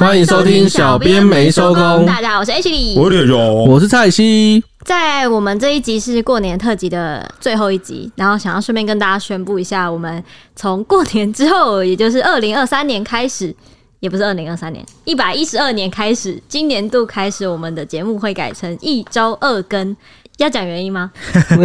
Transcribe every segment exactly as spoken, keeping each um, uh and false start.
欢迎收听小编没收工。 大家好，我是 H 李， 我是荣， 我是蔡西。 在我们这一集是过年特辑的最后一集，然后想要顺便跟大家宣布一下，我们从过年之后，也就是二零二三年开始，也不是二零二三年，一百一十二年开始，今年度开始，我们的节目会改成一周二更。要讲原因吗？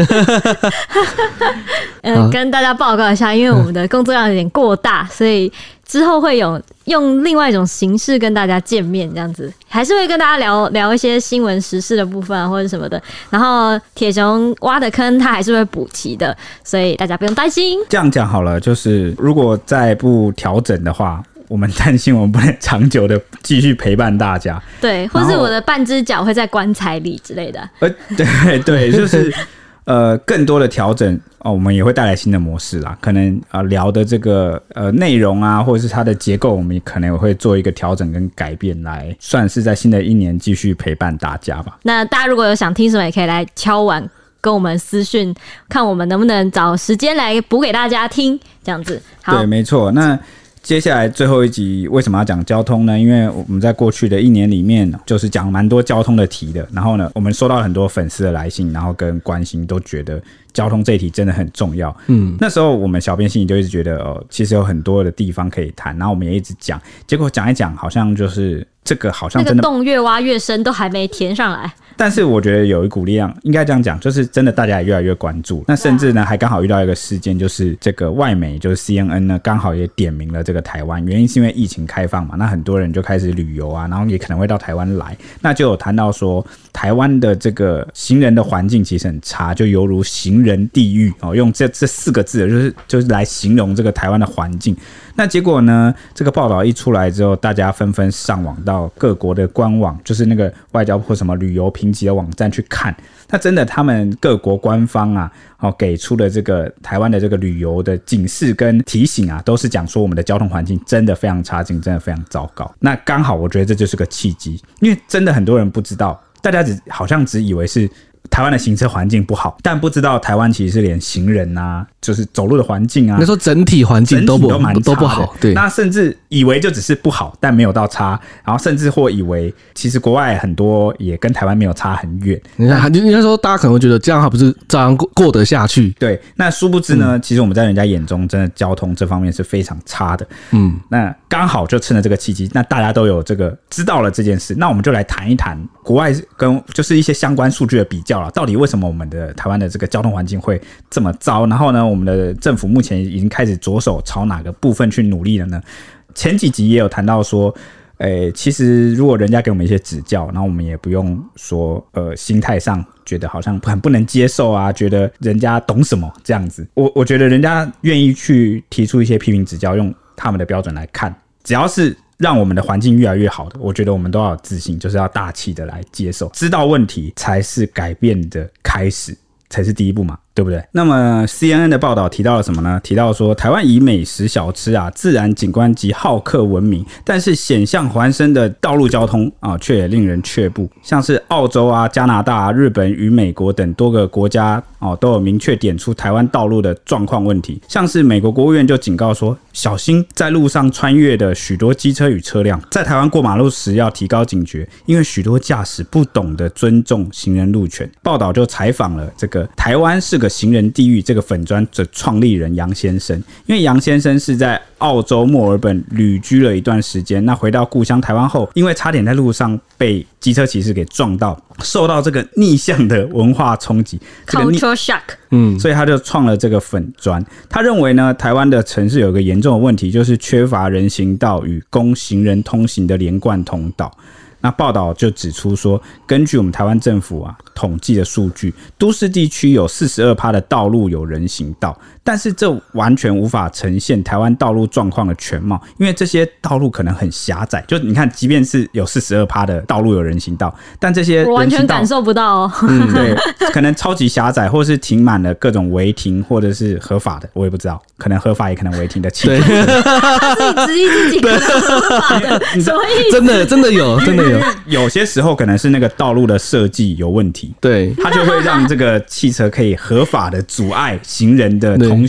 嗯，跟大家报告一下，因为我们的工作量有点过大，所以之后会有用另外一种形式跟大家见面，这样子还是会跟大家聊聊一些新闻时事的部分啊，或者什么的。然后铁熊挖的坑他还是会补齐的，所以大家不用担心。 这样讲好了，就是如果再不调整的话，我们担心我们不能长久的继续陪伴大家， 对，或是我的半只脚会在棺材里之类的。 呃，对对，就是呃更多的调整哦，我们也会带来新的模式啦。可能啊、呃、聊的这个呃内容啊，或者是它的结构，我们可能也会做一个调整跟改变，来算是在新的一年继续陪伴大家吧。 那大家如果有想听什么，也可以来敲碗跟我们私讯，看我们能不能找时间来补给大家听，这样子。好， 对，没错。那接下来最后一集为什么要讲交通呢？因为我们在过去的一年里面就是讲蛮多交通的题的，然后呢我们收到很多粉丝的来信，然后跟关心，都觉得交通这一题真的很重要。嗯，那时候我们小编心里就一直觉得哦，其实有很多的地方可以谈，然后我们也一直讲，结果讲一讲好像就是这个好像真的那个洞越挖越深，都还没填上来。 但是我觉得有一股力量，应该这样讲，就是真的大家也越来越关注。那甚至呢，还刚好遇到一个事件，就是这个外媒，就是 C N N 呢，刚好也点名了这个台湾，原因是因为疫情开放嘛，那很多人就开始旅游啊，然后也可能会到台湾来，那就有谈到说，台湾的这个行人的环境其实很差，就犹如行人地狱哦，用这这四个字，就是就是来形容这个台湾的环境。那结果呢？这个报道一出来之后，大家纷纷上网到各国的官网，就是那个外交或什么旅游评级的网站去看。那真的，他们各国官方啊，哦给出的这个台湾的这个旅游的警示跟提醒啊，都是讲说我们的交通环境真的非常差劲，真的非常糟糕。那刚好，我觉得这就是个契机，因为真的很多人不知道，大家只好像只以为是台湾的行车环境不好，但不知道台湾其实是连行人啊，就是走路的环境啊， 那说整体环境都不都蛮差的， 都不好。对， 那甚至以为就只是不好，但没有到差，然后甚至或以为其实国外很多也跟台湾没有差很远。 你看，你那时候大家可能会觉得这样还不是照样过得下去？ 对，那殊不知呢，嗯、其实我们在人家眼中，真的交通这方面是非常差的。嗯，那刚好就趁着这个契机，那大家都有这个知道了这件事，那我们就来谈一谈国外跟就是一些相关数据的比较了，到底为什么我们的台湾的这个交通环境会这么糟？然后呢，我们的政府目前已经开始着手朝哪个部分去努力了呢？前几集也有谈到说，诶，其实如果人家给我们一些指教，然后我们也不用说，呃，心态上觉得好像很不能接受啊，觉得人家懂什么这样子。我我觉得人家愿意去提出一些批评指教，用他们的标准来看，只要是让我们的环境越来越好的，我觉得我们都要有自信，就是要大气的来接受，知道问题才是改变的开始，才是第一步嘛，对不对？那么 C N N 的报道提到了什么呢？提到说台湾以美食小吃啊、自然景观及好客闻名，但是险象环生的道路交通啊，却也令人却步。像是澳洲啊、加拿大啊、日本与美国等多个国家哦，都有明确点出台湾道路的状况问题。像是美国国务院就警告说，小心在路上穿越的许多机车与车辆，在台湾过马路时要提高警觉，因为许多驾驶不懂得尊重行人路权。报道就采访了这个台湾是个行人地狱这个粉专的创立人杨先生，因为杨先生是在澳洲墨尔本旅居了一段时间，那回到故乡台湾后，因为差点在路上被机车骑士给撞到，受到这个逆向的文化冲击 ，cultural shock， 嗯，所以他就创了这个粉专。他认为呢，台湾的城市有一个严重的问题，就是缺乏人行道与供行人通行的连贯通道。那报道就指出说，根据我们台湾政府啊统计的数据，都市地区有 百分之四十二 的道路有人行道，但是这完全无法呈现台湾道路状况的全貌，因为这些道路可能很狭窄，就你看即便是有 百分之四十二 的道路有人行道，但这些人行道我完全感受不到哦。 嗯，对，可能超级狭窄，或是停满了各种违停，或者是合法的，我也不知道，可能合法也可能违停的汽车。 他自己质疑自己可能合法的，什么意思？ 真的真的有，真的有。 有些时候可能是那个道路的设计有问题， 对， 它就会让这个汽车可以合法的阻碍行人的通行。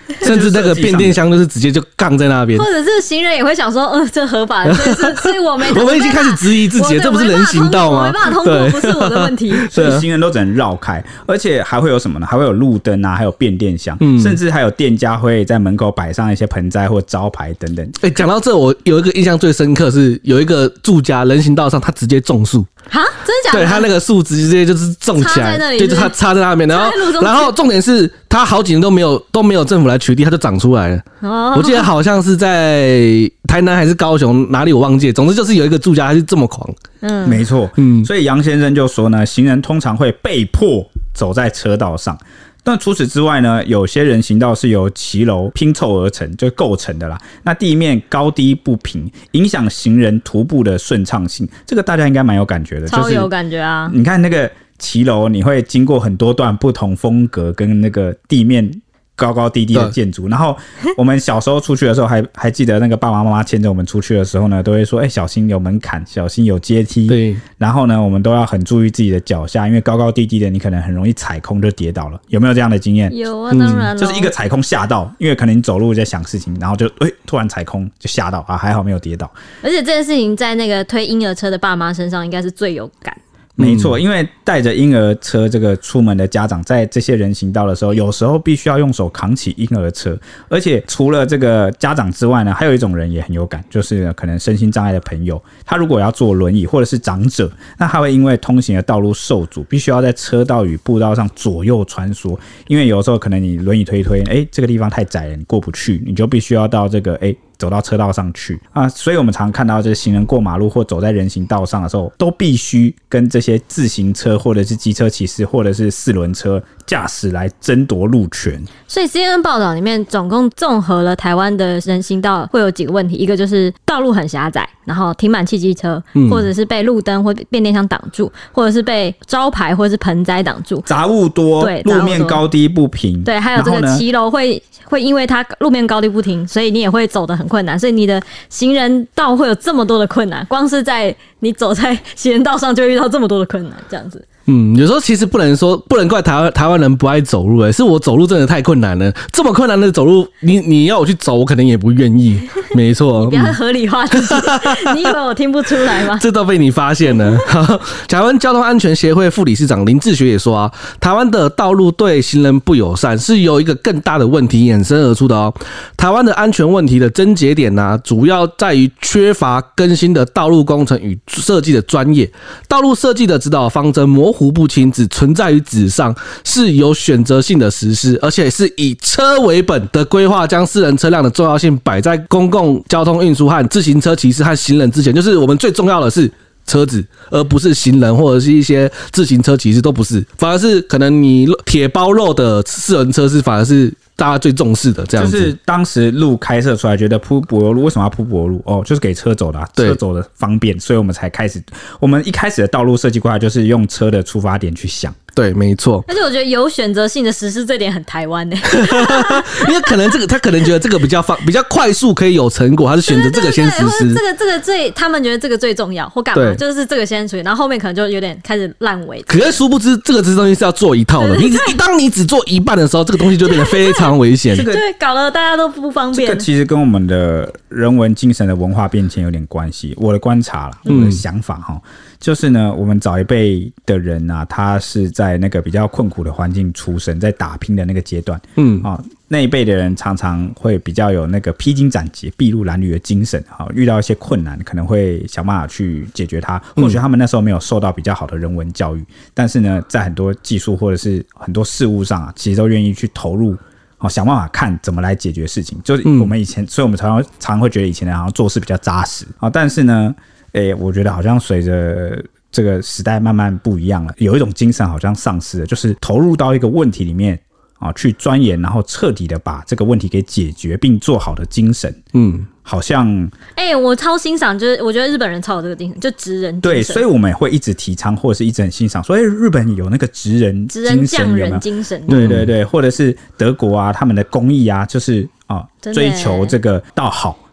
甚至那个变电箱就是直接就杠在那边， 或者是行人也会想说，呃，这合法的，所以是所以我没我们已经开始质疑自己，这不是人行道吗？ 我没办法通过，不是我的问题。 所以行人都只能绕开，而且还会有什么呢？还会有路灯啊，还有变电箱， 嗯、 甚至还有店家会在门口摆上一些盆栽或招牌等等。 哎、欸，讲到这，我有一个印象最深刻是有一个住家人行道上，他直接种树。 哈，真的假的？ 对，他那个树直接就是种起来， 对， 就是他插在那边，然后然后重点是他好几年都没有都没有政府来取缔，他就长出来了。哦，我记得好像是在台南还是高雄哪里我忘记了，总之就是有一个住家他是这么狂。 嗯，没错。嗯，所以杨先生就说呢，行人通常会被迫走在车道上。但除此之外呢，有些人行道是由骑楼拼凑而成，就构成的啦。那地面高低不平，影响行人徒步的顺畅性。这个大家应该蛮有感觉的， 超有感觉啊！ 你看那个骑楼，你会经过很多段不同风格跟那个地面高高低低的建筑，然后我们小时候出去的时候还还记得那个爸爸妈妈牵着我们出去的时候呢，都会说：“哎、欸，小心有门槛，小心有阶梯。” 对。 然后呢，我们都要很注意自己的脚下，因为高高低低的，你可能很容易踩空就跌倒了。有没有这样的经验？ 有啊，当然了、嗯。 就是一个踩空吓到，因为可能你走路在想事情，然后就哎、欸、突然踩空就吓到啊，还好没有跌倒。 而且这件事情在那个推婴儿车的爸妈身上应该是最有感。 没错，因为带着婴儿车这个出门的家长，在这些人行道的时候，有时候必须要用手扛起婴儿车，而且除了这个家长之外呢，还有一种人也很有感，就是可能身心障碍的朋友，他如果要坐轮椅或者是长者，那他会因为通行的道路受阻，必须要在车道与步道上左右穿梭，因为有时候可能你轮椅推一推，哎、欸，这个地方太窄了，你过不去，你就必须要到这个哎。欸走到车道上去啊，所以我们常看到，就是行人过马路或走在人行道上的时候，都必须跟这些自行车或者是机车骑士或者是四轮车驾驶来争夺路权。 所以 C N N 报道里面总共综合了台湾的人行道会有几个问题，一个就是道路很狭窄，然后停满汽机车、嗯，或者是被路灯或变电箱挡住，或者是被招牌或者是盆栽挡住， 杂物多，对，路面高低不平， 对，还有这个骑楼会会因为它路面高低不平，所以你也会走得很困难，所以你的行人道会有这么多的困难，光是在你走在行人道上就会遇到这么多的困难，这样子。 嗯，有时候其实不能说不能怪台湾台湾人不爱走路、欸，是我走路真的太困难了。这么困难的走路，你你要我去走，我可能也不愿意。没错， 你不要合理化自己，你以为我听不出来吗？ 这都被你发现了。台湾交通安全协会副理事长林志学也说啊，台湾的道路对行人不友善，是由一个更大的问题衍生而出的哦。台湾的安全问题的症结点呢、啊，主要在于缺乏更新的道路工程与设计的专业，道路设计的指导方针模糊。糊不清，只存在于纸上，是有选择性的实施，而且是以车为本的规划，将私人车辆的重要性摆在公共交通运输和自行车骑士和行人之前。就是我们最重要的是车子，而不是行人或者是一些自行车骑士，都不是，反而是可能你铁包肉的四轮车是反而是大家最重视的，这样子。 就是当时路开设出来，觉得铺柏油路为什么要铺柏油路？哦，就是给车走的、啊，车走的方便，所以我们才开始。我们一开始的道路设计规划就是用车的出发点去想。 对，没错。 而且我觉得有选择性的实施这点很台湾呢、 欸，因为可能这个他可能觉得这个比较方、比较快速可以有成果，他是选择这个先实施。 这个这个最，他们觉得这个最重要，或干嘛？就是这个先处理，然后后面可能就有点开始烂尾。 可是殊不知，这个东西是要做一套的。你当你只做一半的时候，这个东西就变得非常危险。 这个对，搞得大家都不方便。 这个其实跟我们的人文精神的文化变迁有点关系。我的观察啦，我的想法哈。嗯，就是呢，我们早一辈的人啊，他是在那个比较困苦的环境出生，在打拼的那个阶段，嗯啊、哦，那一辈的人常常会比较有那个披荆斩棘、筚路蓝缕的精神，哈、哦，遇到一些困难，可能会想办法去解决它。或许他们那时候没有受到比较好的人文教育，但是呢，在很多技术或者是很多事物上啊，其实都愿意去投入。哦，想办法看怎么来解决事情，就是我们以前，嗯、所以我们常常常会觉得以前的人好像做事比较扎实啊、哦，但是呢。欸、我觉得好像随着这个时代慢慢不一样了，有一种精神好像丧失了，就是投入到一个问题里面啊，去钻研，然后彻底的把这个问题给解决并做好的精神，嗯，好像哎、欸，我超欣赏，就是我觉得日本人超有这个精神，就职人精神。 对，所以我们也会一直提倡，或者是一直很欣赏，所以日本有那个职人职人匠人精神， 对对对，或者是德国啊，他们的工艺啊，就是啊，追求这个到好。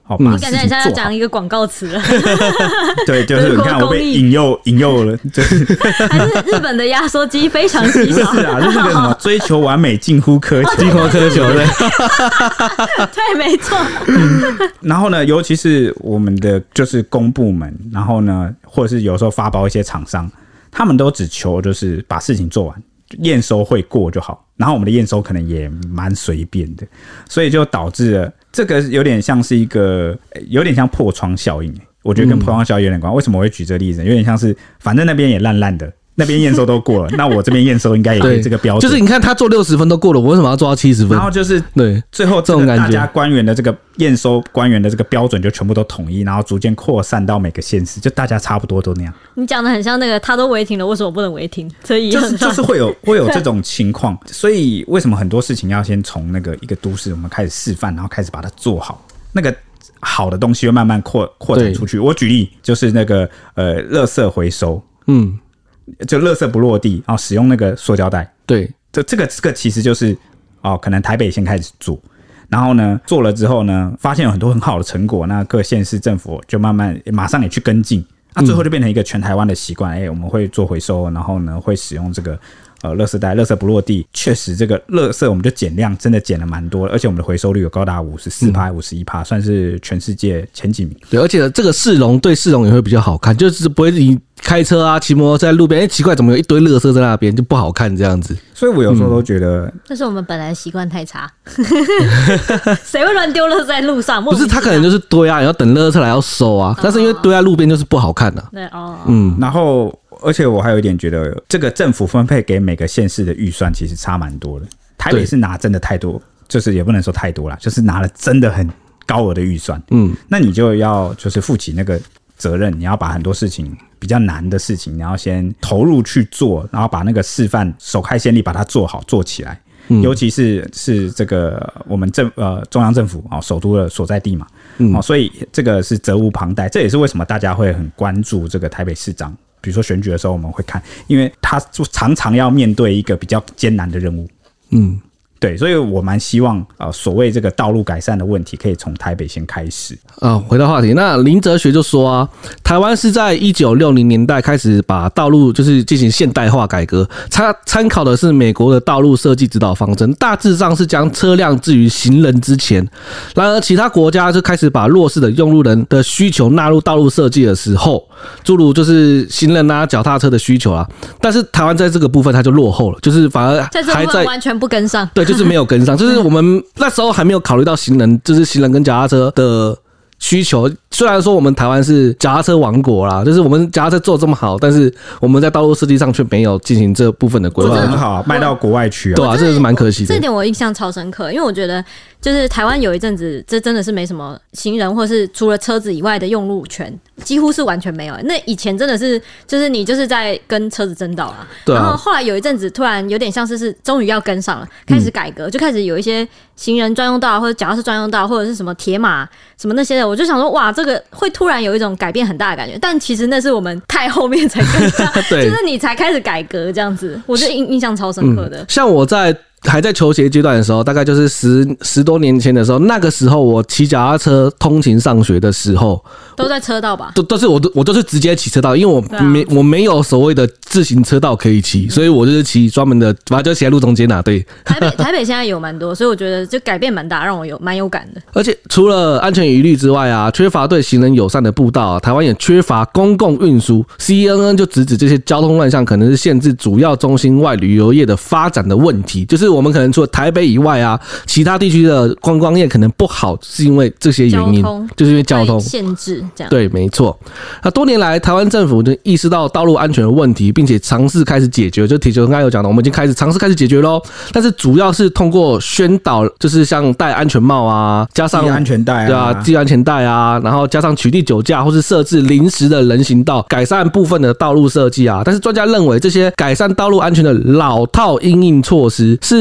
好，把你感觉事情做好。 像要讲一个广告词了， 对，就是你看我被引诱引诱了，就是还是日本的压缩机非常稀少。 是啊，就是那个什么追求完美近乎苛求， 近乎苛求对。 对，没错。 然后呢，尤其是我们的就是公部门，然后呢，或者是有时候发包一些厂商，他们都只求就是把事情做完，验收会过就好。然后我们的验收可能也蛮随便的，所以就导致了这个有点像是一个有点像破窗效应。我觉得跟破窗效应有点关。为什么我会举这个例子？有点像是反正那边也烂烂的。那边验收都过了，那我这边验收应该也可以这个标准。 就是你看他做六十分都过了，我为什么要做到七十分？ 然后就是对， 最后这个大家官员的这个验收官员的这个标准就全部都统一，然后逐渐扩散到每个县市，就大家差不多都那样。 你讲的很像那个他都违停了，为什么不能违停？所以就是就是会有会有这种情况，所以为什么很多事情要先从那个一个都市我们开始示范，然后开始把它做好，那个好的东西会慢慢扩扩展出去。我举例就是那个呃，垃圾回收，嗯。就垃圾不落地，然后使用那个塑胶袋。 对， 这这个这个其实就是哦，可能台北先开始做，然后呢做了之后呢，发现有很多很好的成果，那各县市政府就慢慢马上也去跟进，那、啊、最后就变成一个全台湾的习惯。哎、欸，我们会做回收，然后呢会使用这个呃垃圾袋，垃圾不落地，确实这个垃圾我们就减量，真的减了蛮多，而且我们的回收率有高达五十四趴、五十一趴，算是全世界前几名。 对，而且这个市容对市容也会比较好看，就是不会你开车啊、骑摩托车在路边，哎、欸，奇怪，怎么有一堆垃圾在那边，就不好看这样子。 所以我有时候都觉得， 这、嗯、是我们本来的习惯太差，谁会乱丢垃圾在路上？ 不是，他可能就是堆啊，你要等垃圾车来要收啊，哦、但是因为堆在路边就是不好看的、啊。 对哦， 嗯，然后。而且我还有一点觉得，这个政府分配给每个县市的预算其实差蛮多的。台北是拿真的太多，就是也不能说太多啦，就是拿了真的很高额的预算。嗯，那你就要就是负起那个责任，你要把很多事情比较难的事情，你要先投入去做，然后把那个示范首开先例把它做好做起来。嗯、尤其是是这个我们政呃中央政府啊、哦、首都的所在地嘛，嗯、哦，所以这个是责无旁贷。这也是为什么大家会很关注这个台北市长。比如说选举的时候我们会看，因为他就常常要面对一个比较艰难的任务。嗯，对，所以我蛮希望呃，所谓这个道路改善的问题可以从台北先开始。啊， 回到话题，那林哲学就说啊，台湾是在一九六零年代开始把道路就是进行现代化改革，参参考的是美国的道路设计指导方针，大致上是将车辆置于行人之前。然而，其他国家就开始把弱势的用路人的需求纳入道路设计的时候，诸如就是行人啊、脚踏车的需求啊，但是台湾在这个部分它就落后了，就是反而在这部分完全不跟上。 对，就是没有跟上，就是我们那时候还没有考虑到行人，就是行人跟脚踏车的需求。虽然说我们台湾是脚踏车王国啦，就是我们脚踏车做这么好，但是我们在道路设计上却没有进行这部分的规划， 很好，卖到国外去啊。 对啊，这个是蛮可惜的。 这点我印象超深刻，因为我觉得就是台湾有一阵子，这真的是没什么行人或是除了车子以外的用路权，几乎是完全没有。那以前真的是就是你就是在跟车子争道啦， 对啊、 然后后来有一阵子突然有点像是是终于要跟上了，开始改革，嗯、就开始有一些行人专用道或者脚踏车专用道或者是什么铁马什么那些的，我就想说哇，这个会突然有一种改变很大的感觉，但其实那是我们太后面才跟上，就是你才开始改革这样子，我就印印象超深刻的。 嗯、像我在还在球鞋阶段的时候，大概就是十十多年前的时候，那个时候我骑脚踏车通勤上学的时候， 都在车道吧？ 都都是我都我都是直接骑车道，因为我没、啊、我没有所谓的自行车道可以骑，所以我就是骑专门的，反正就骑在路中间啊。对， 台北台北现在有蛮多，所以我觉得就改变蛮大，让我有蛮有感的。 而且除了安全疑虑之外啊，缺乏对行人友善的步道、啊，台湾也缺乏公共运输。C N N 就直指这些交通乱象可能是限制主要中心外旅游业的发展的问题，就是我们可能除了台北以外啊，其他地区的观光业可能不好，是因为这些原因，就是因为交通限制这样。 对，没错。那多年来，台湾政府就意识到道路安全的问题，并且尝试开始解决。就铁球刚才有讲的，我们已经开始尝试开始解决咯。但是主要是通过宣导，就是像戴安全帽啊，加上系安全带啊， 对啊，系安全带啊，然后加上取缔酒驾，或是设置临时的人行道，改善部分的道路设计啊。但是专家认为，这些改善道路安全的老套因应措施是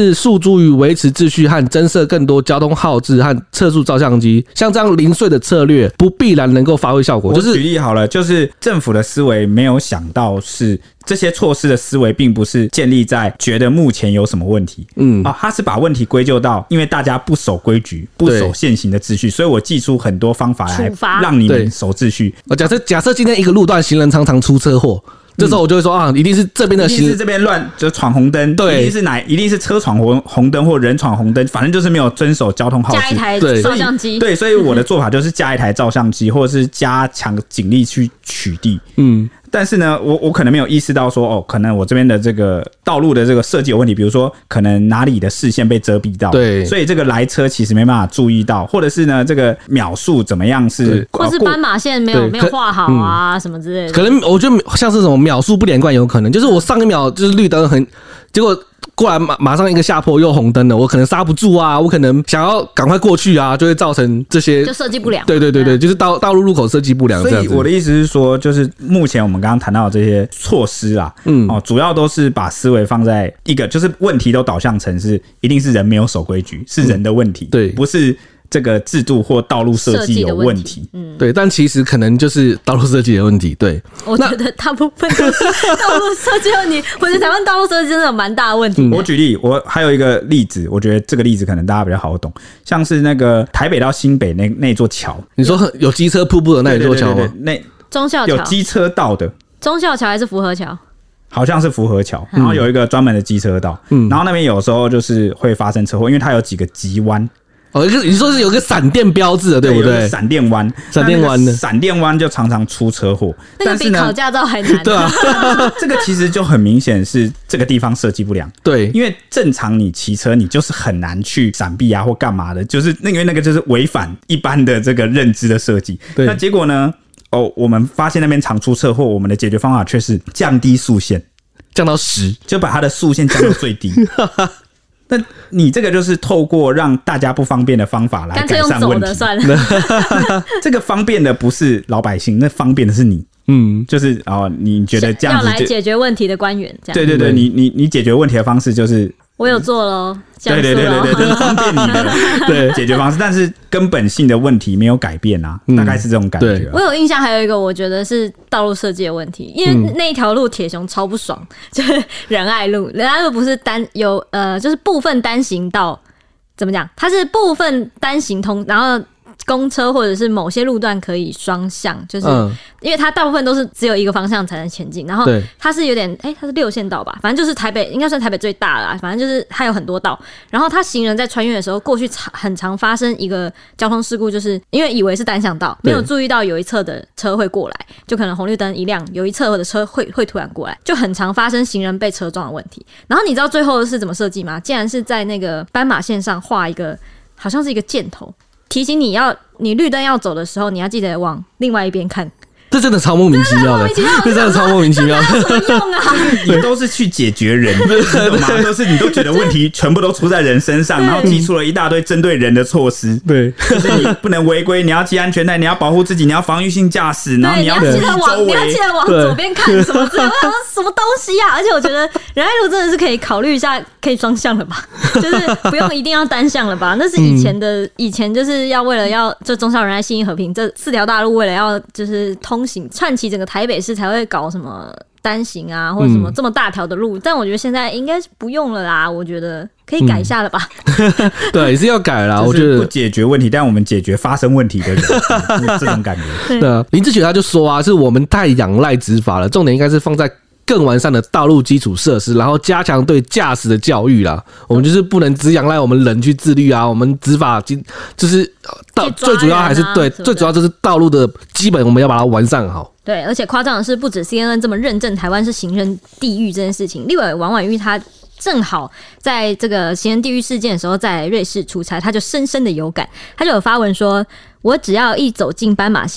是诉诸于维持秩序和增设更多交通号志和测速照相机，像这样零碎的策略不必然能够发挥效果。 我就是举例好了，就是政府的思维没有想到是这些措施的思维，并不是建立在觉得目前有什么问题，嗯啊，他是把问题归咎到因为大家不守规矩、不守现行的秩序，所以我祭出很多方法来让你们守秩序。 假设假设今天一个路段行人常常出车祸。这时候我就会说啊，一定是这边的行， 一定是这边乱，就闯红灯，对，一定是哪，一定是车闯红红灯或人闯红灯，反正就是没有遵守交通号志。 加一台照相机， 对，所以我的做法就是加一台照相机，或者是加强警力去取缔。嗯。但是呢，我我可能没有意识到说，哦，可能我这边的这个道路的这个设计有问题，比如说可能哪里的视线被遮蔽到， 对， 所以这个来车其实没办法注意到，或者是呢，这个秒数怎么样是， 或是斑马线没有没有画好啊、嗯、什么之类的， 可能我觉得像是什么秒数不连贯有可能，就是我上一秒就是绿灯很，结果。过来马马上一个下坡又红灯了，我可能刹不住啊，我可能想要赶快过去啊，就会造成这些就设计不良。 对对对对，就是道道路路口设计不良这样子。 所以我的意思是说，就是目前我们刚刚谈到的这些措施啊，嗯哦，主要都是把思维放在一个，就是问题都导向成是一定是人没有守规矩，是人的问题，嗯、对，不是。这个制度或道路设计有问题， 嗯，对，但其实可能就是道路设计的问题，对。 我觉得大部分都是道路设计问题，我觉得台湾道路设计真的有蛮大的问题、嗯。 我举例，我还有一个例子，我觉得这个例子可能大家比较好懂，像是那个台北到新北那那座桥， 你说有机车瀑布的那一座桥吗？ 那忠孝桥有机车道的， 忠孝桥还是福和桥？ 好像是福和桥，然后有一个专门的机车道，嗯，然后那边有时候就是会发生车祸，因为它有几个急弯。 哦，你说是有个闪电标志的，对不对？ 闪电弯， 闪电弯的， 闪电弯就常常出车祸， 那个比考驾照还难。 对啊， 这个其实就很明显是这个地方设计不良。 对， 因为正常你骑车，你就是很难去闪避啊或干嘛的，就是那因为那个就是违反一般的这个认知的设计。那结果呢？哦，我们发现那边常出车祸，我们的解决方法却是降低速限， 降到十， 就把它的速限降到最低。那你这个就是透过让大家不方便的方法来改善问题。 算了这个方便的不是老百姓，那方便的是你。嗯，就是哦，你觉得这样子要来解决问题的官员，这样对对对，你你你解决问题的方式就是我有做咯， 对对对对对，就是方便你的对解决方式，但是根本性的问题没有改变啊，嗯、大概是这种感觉、啊。 我有印象，还有一个我觉得是道路设计的问题，因为那一条路铁雄超不爽，就是仁爱路，仁爱路不是单有呃，就是部分单行道，怎么讲？它是部分单行通，然后。公车或者是某些路段可以双向，就是因为它大部分都是只有一个方向才能前进，然后它是有点哎、欸，它是六线道吧，反正就是台北应该算台北最大的啦，反正就是它有很多道，然后它行人在穿越的时候，过去很常发生一个交通事故，就是因为以为是单向道，没有注意到有一侧的车会过来，就可能红绿灯一亮，有一侧的车会会突然过来，就很常发生行人被车撞的问题。然后你知道最后是怎么设计吗？竟然是在那个斑马线上画一个，好像是一个箭头。提醒你要，你绿灯要走的时候，你要记得往另外一边看。 这真的超莫名其妙的，这真的超莫名其妙的。 有什么用啊？ 你都是去解决人，你懂吗？都是你都觉得问题全部都出在人身上，然后提出了一大堆针对人的措施。 对， 就是你不能违规，你要系安全带，你要保护自己，你要防御性驾驶，然后你要记得往，你要记得往左边看什么之类的。我想说什么东西啊？而且我觉得仁爱路真的是可以考虑一下，可以双向了吧？就是不用一定要单向了吧？那是以前的，以前就是要为了要就忠孝仁爱信义和平这四条大路，为了要就是通行串起整个台北市才会搞什么单行啊，或者什么这么大条的路、嗯，但我觉得现在应该是不用了啦。我觉得可以改一下了吧？ 嗯、对，也是要改啦。我觉得不解决问题，但我们解决发生问题的人，这种感觉。 对啊，林志雪他就说啊，是我们太仰赖执法了，重点应该是放在更完善的道路基础设施，然后加强对驾驶的教育啦。我们就是不能只仰赖我们人去自律啊，我们执法就是道、啊、最主要还是对，是最主要就是道路的基本我们要把它完善好。 对，而且夸张的是，不止 C N N 这么认证台湾是行人地狱这件事情，立委王婉玉他正好在这个行人地狱事件的时候在瑞士出差，他就深深的有感，他就有发文说，我只要一走进斑马线，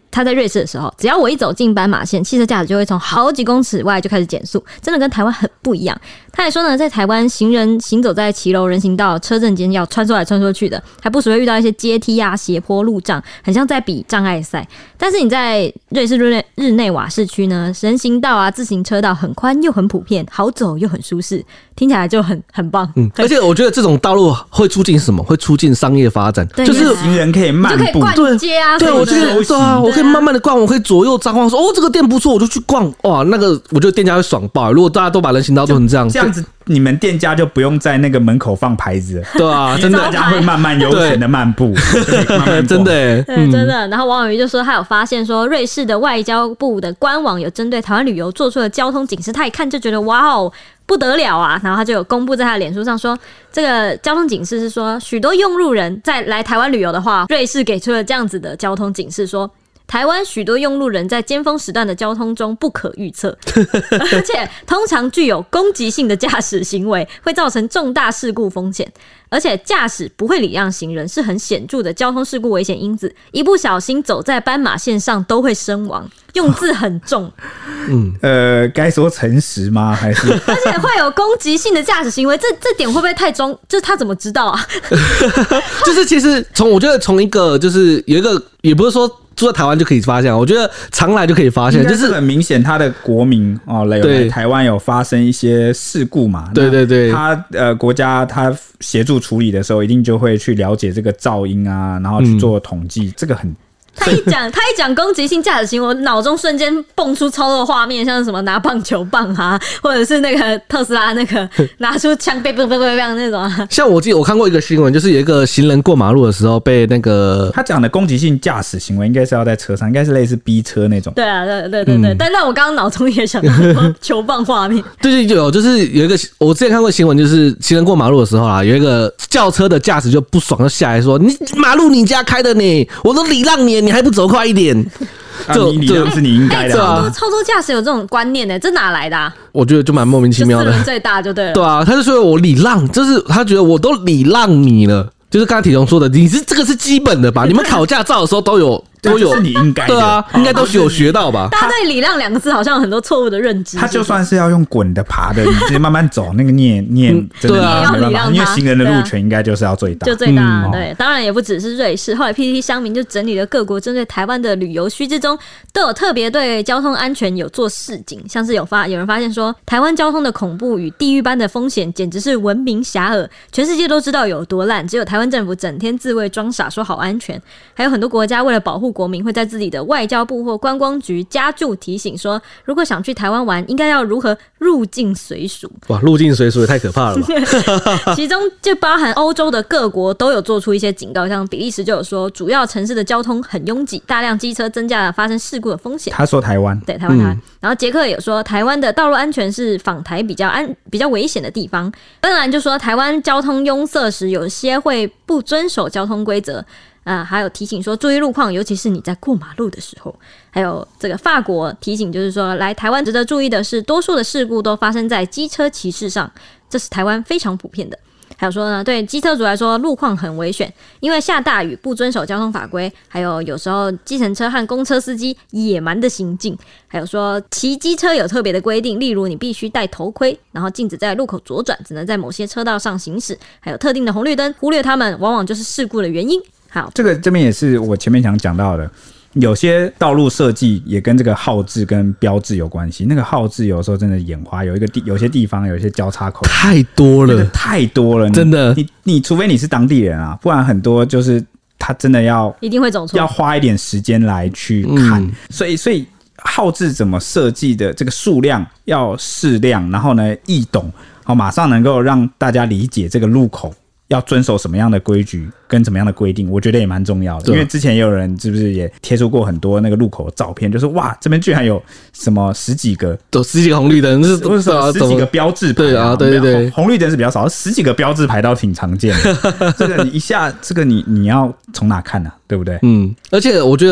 他在瑞士的时候，只要我一走进斑马线，汽车驾驶就会从好几公尺外就开始减速，真的跟台湾很不一样。他还说呢，在台湾行人行走在骑楼人行道车阵间要穿梭来穿梭去的，还不时会遇到一些阶梯啊、斜坡、路障，很像在比障碍赛。但是你在瑞士日内日内瓦市区呢，人行道啊、自行车道很宽又很普遍，好走又很舒适，听起来就很很棒。 嗯，而且我觉得这种道路会促进什么？会促进商业发展， 就是行人可以漫步， 对街啊， 对，我觉得对啊，我可以慢慢的逛，我可以左右张望，说哦，这个店不错，我就去逛。哇，那个我觉得店家会爽爆。如果大家都把人行道做成这样， 这样子你们店家就不用在那个门口放牌子了， 对啊，真的， 大家会慢慢悠闲的漫步，慢慢真的耶， 对，真的。然后王婉瑜就说，他有发现说，瑞士的外交部的官网有针对台湾旅游做出了交通警示，他一看就觉得哇哦。不得了啊！然后他就有公布在他的脸书上说，这个交通警示是说，许多用路人在来台湾旅游的话，瑞士给出了这样子的交通警示说。台湾许多用路人在尖峰时段的交通中不可预测，而且通常具有攻击性的驾驶行为，会造成重大事故风险。而且驾驶不会礼让行人是很显著的交通事故危险因子，一不小心走在斑马线上都会身亡，用字很重。 嗯，呃，该说诚实吗？还是？ 而且会有攻击性的驾驶行为，这这点会不会太中？就是他怎么知道啊？ 就是其实从我觉得从一个就是有一个，也不是说。住在台湾就可以发现，我觉得常来就可以发现，就是很明显，他的国民哦，来台湾有发生一些事故嘛， 对对对， 他呃国家他协助处理的时候，一定就会去了解这个噪音啊，然后去做统计，嗯、这个很。 他一讲，他一讲攻击性驾驶行为，我脑中瞬间蹦出超多画面，像什么拿棒球棒啊，或者是那个特斯拉那个拿出枪被砰砰砰砰那种、啊。像我记得我看过一个新闻，就是有一个行人过马路的时候被那个他讲的攻击性驾驶行为，应该是要在车上，应该是类似逼车那种。 对啊，对对对对。嗯、但但我刚刚脑中也想到很多球棒画面。 对对，有就是有一个我之前看过新闻，就是行人过马路的时候啊，有一个轿车的驾驶就不爽，就下来说：“你马路你家开的呢，我都礼让你，你还不走快一点。” 啊、你礼让是你应该的、 啊欸。超多超多驾驶有这种观念呢、欸，这哪来的、啊？ 我觉得就蛮莫名其妙的。 就四人最大就对了。 对啊，他就说我礼让，就是他觉得我都礼让你了。就是刚才体龙说的，你是这个是基本的吧？你们考驾照的时候都有都有， 是你应该的， 对啊，应该都是有学到吧？ 大家对礼让两个字好像有很多错误的认知。 他就算是要用滚的、爬的，你直接慢慢走，那个你也你也真的没办法，因为行人的路权应该就是要最大， 就最大。对，当然也不只是瑞士。后来 P T T 乡民就整理了各国针对台湾的旅游须知中，都有特别对交通安全有做示警，像是有发有人发现说，台湾交通的恐怖与地狱般的风险，简直是闻名遐迩，全世界都知道有多烂，只有台湾政府整天自卫装傻说好安全。还有很多国家为了保护国民，会在自己的外交部或观光局加注提醒说，如果想去台湾玩，应该要如何入境随俗。 哇，入境随俗也太可怕了吧其中就包含欧洲的各国都有做出一些警告，像比利时就有说，主要城市的交通很拥挤，大量机车增加了发生事故的风险。 他说台湾， 对，台湾台湾、嗯、然后捷克有说，台湾的道路安全是访台比较安比较危险的地方。芬兰就说，台湾交通拥塞时，有些会不遵守交通规则。啊，还有提醒说注意路况，尤其是你在过马路的时候。还有这个法国提醒，就是说来台湾值得注意的是，多数的事故都发生在机车骑士上，这是台湾非常普遍的。还有说呢，对机车族来说，路况很危险，因为下大雨、不遵守交通法规，还有有时候计程车和公车司机野蛮的行径，还有说骑机车有特别的规定，例如你必须戴头盔，然后禁止在路口左转，只能在某些车道上行驶，还有特定的红绿灯，忽略它们往往就是事故的原因。好， 这个这边也是我前面想讲到的，有些道路设计也跟这个号志跟标志有关系。那个号志有时候真的眼花，有一个地有些地方有一些交叉口太多了， 太多了， 真的。 你你你除非你是当地人啊，不然很多就是他真的要一定会走错， 要花一点时间来去看。嗯、所以所以号志怎么设计的，这个数量要适量，然后呢易懂，好马上能够让大家理解这个路口要遵守什么样的规矩跟什么样的规定，我觉得也蛮重要的。因为之前也有人是不是也贴出过很多那个路口的照片，就是哇，这边居然有什么十几个， 都十几个红绿灯，是为什么十几个标志牌、啊？ 对啊，对对对， 红绿灯是比较少，十几个标志牌倒挺常见的。这个你一下，这个你你要从哪看呢、啊？对不对？ 嗯，而且我觉得。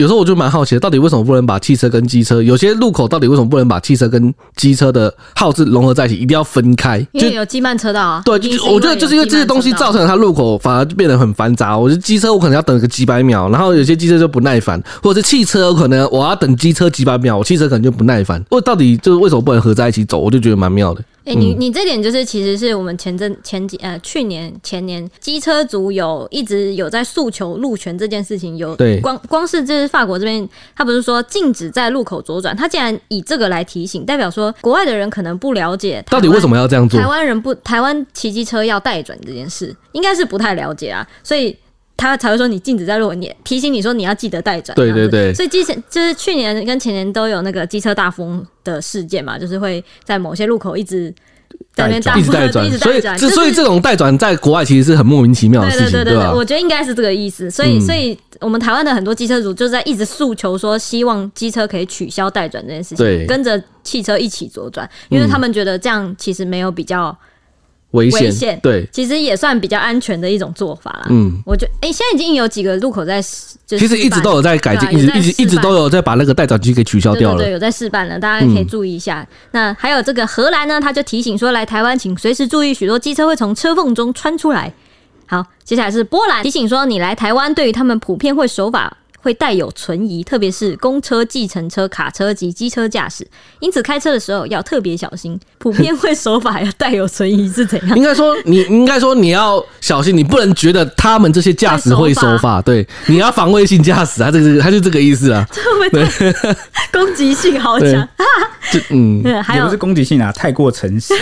有时候我就蛮好奇的，到底为什么不能把汽车跟机车，有些路口到底为什么不能把汽车跟机车的号志融合在一起，一定要分开？ 因为有机慢车道啊。 对，就我觉得就是因为这些东西造成它路口反而就变得很繁杂。我觉得机车我可能要等个几百秒，然后有些机车就不耐烦，或者是汽车可能我要等机车几百秒，我汽车可能就不耐烦。我到底就是为什么不能合在一起走？我就觉得蛮妙的。 哎、欸，你你这点就是其实是我们前阵前几呃去年前年机车族有一直有在诉求路权这件事情，有对光光是这是法国这边，他不是说禁止在路口左转，他竟然以这个来提醒，代表说国外的人可能不了解到底为什么要这样做， 台湾人不台湾骑机车要带转这件事，应该是不太了解啊，所以。他才会说你禁止在路，你提醒你说你要记得带转。 对对对， 所以机就是去年跟前年都有那个机车大风的事件嘛，就是会在某些路口一直在那边大一直带转，所以、 就是、 所以这种带转在国外其实是很莫名其妙的事情， 对对对对， 对吧？ 我觉得应该是这个意思。所以、嗯、所以我们台湾的很多机车主就在一直诉求说，希望机车可以取消带转这件事情，跟着汽车一起左转，因为他们觉得这样其实没有比较。 危险，对， 其实也算比较安全的一种做法啦。嗯，我觉得，哎、欸，现在已经有几个路口在，就是、 其实一直都有在改进，一直一直一直都有在把那个带转机给取消掉了。 对对对，有在试办了，大家可以注意一下。嗯、那还有这个荷兰呢，他就提醒说，来台湾请随时注意，许多机车会从车缝中穿出来。好，接下来是波兰提醒说，你来台湾，对于他们普遍会守法。会带有存疑，特别是公车、计程车、卡车及机车驾驶，因此开车的时候要特别小心。普遍会守法要带有存疑是怎样？ 应该说你应该说你要小心，你不能觉得他们这些驾驶会守法，对，你要防卫性驾驶，他这个他就这个意思啊。 对，攻击性好强。 嗯， 还有也不是攻击性啊，太过诚实。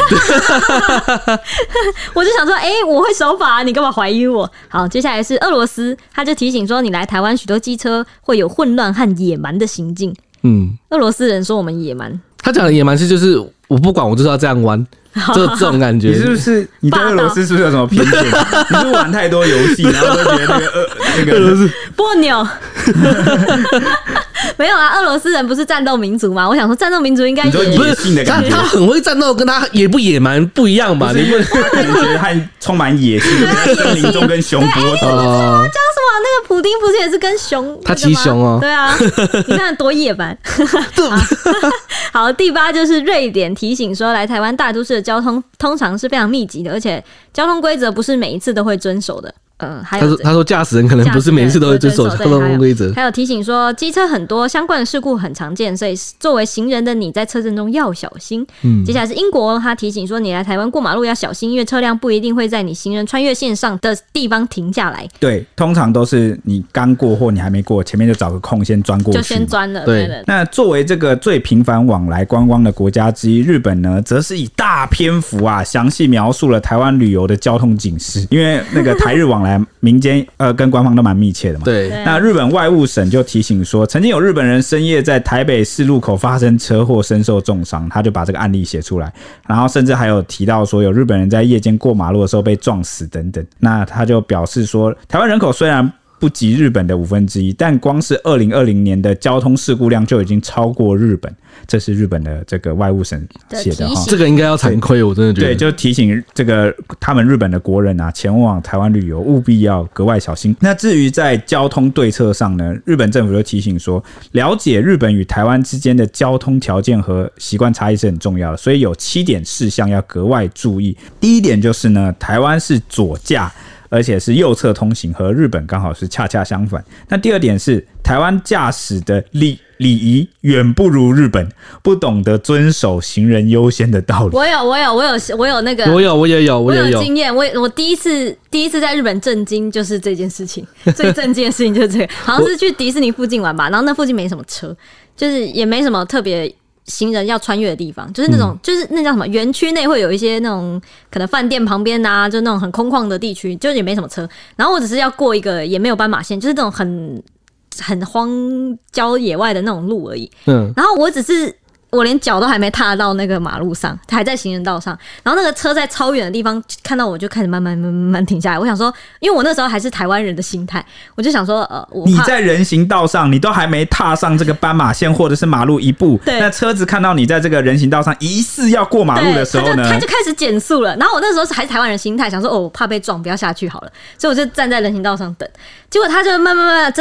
我就想说，哎、欸，我会守法、啊，你干嘛怀疑我？好，接下来是俄罗斯，他就提醒说，你来台湾许多机车会有混乱和野蛮的行径。嗯，俄罗斯人说我们野蛮， 他讲的野蛮是就是我不管，我就是要这样玩。这这种感觉， 你是不是你对俄罗斯是不是有什么偏见？你是不是玩太多游戏，然后都觉得那个俄那个俄罗斯波妞没有啊？俄罗斯人不是战斗民族吗？我想说战斗民族应该也不是他他很会战斗，跟他野不野蛮不一样吧？ 你不觉得他充满野性，在森林中跟熊搏斗？ 讲什么？那个普丁不是也是跟熊？ 他骑熊哦。 对啊，你看多野蛮。好，第八就是瑞典提醒说，来台湾大都市的交通通常是非常密集的，而且交通规则不是每一次都会遵守的。呃，还有他说他说驾驶人可能不是每一次都会遵守交通规则。 还有提醒说，机车很多相关的事故很常见，所以作为行人的你在车阵中要小心。嗯，接下来是英国，他提醒说，你来台湾过马路要小心，因为车辆不一定会在你行人穿越线上的地方停下来。 对，通常都是你刚过或你还没过，前面就找个空先钻过去， 就先钻了。 对，对那作为这个最频繁往来观光的国家之一，日本呢，则是以大篇幅啊详细描述了台湾旅游的交通警示，因为那个台日往来。民间呃跟官方都蛮密切的嘛， 对。 那日本外务省就提醒说，曾经有日本人深夜在台北市路口发生车祸，身受重伤，他就把这个案例写出来，然后甚至还有提到说，有日本人在夜间过马路的时候被撞死等等。那他就表示说，台湾人口虽然不及日本的五分之一，但光是二零二零年的交通事故量就已经超过日本。这是日本的这个外务省写的哈， 这个应该要惭愧，我真的觉得。 对，就提醒这个他们日本的国人啊，前往台湾旅游务必要格外小心。那至于在交通对策上呢，日本政府就提醒说，了解日本与台湾之间的交通条件和习惯差异是很重要的，所以有七点事项要格外注意。第一点就是呢，台湾是左驾。而且是右侧通行，和日本刚好是恰恰相反。那第二点是，台湾驾驶的礼礼仪远不如日本，不懂得遵守行人优先的道理。 我有，我有，我有，我有那个， 我有，我也有，我也有经验。我我第一次第一次在日本震惊就是这件事情，最震惊的事情就是这个，好像是去迪士尼附近玩吧，然后那附近没什么车，就是也没什么特别。行人要穿越的地方，就是那种，嗯、就是那叫什么园区内会有一些那种可能饭店旁边啊，就那种很空旷的地区，就也没什么车。然后我只是要过一个也没有斑马线，就是那种很很荒郊野外的那种路而已。嗯，然后我只是。我连脚都还没踏到那个马路上，还在行人道上，然后那个车在超远的地方看到我就开始慢慢慢慢停下来。我想说，因为我那时候还是台湾人的心态，我就想说，呃，我你在人行道上，你都还没踏上这个斑马线或者是马路一步，那车子看到你在这个人行道上疑似要过马路的时候呢， 他 就, 他就开始减速了。然后我那时候还是台湾人心态，想说，哦，我怕被撞，不要下去好了，所以我就站在人行道上等。结果他就慢慢慢慢真的。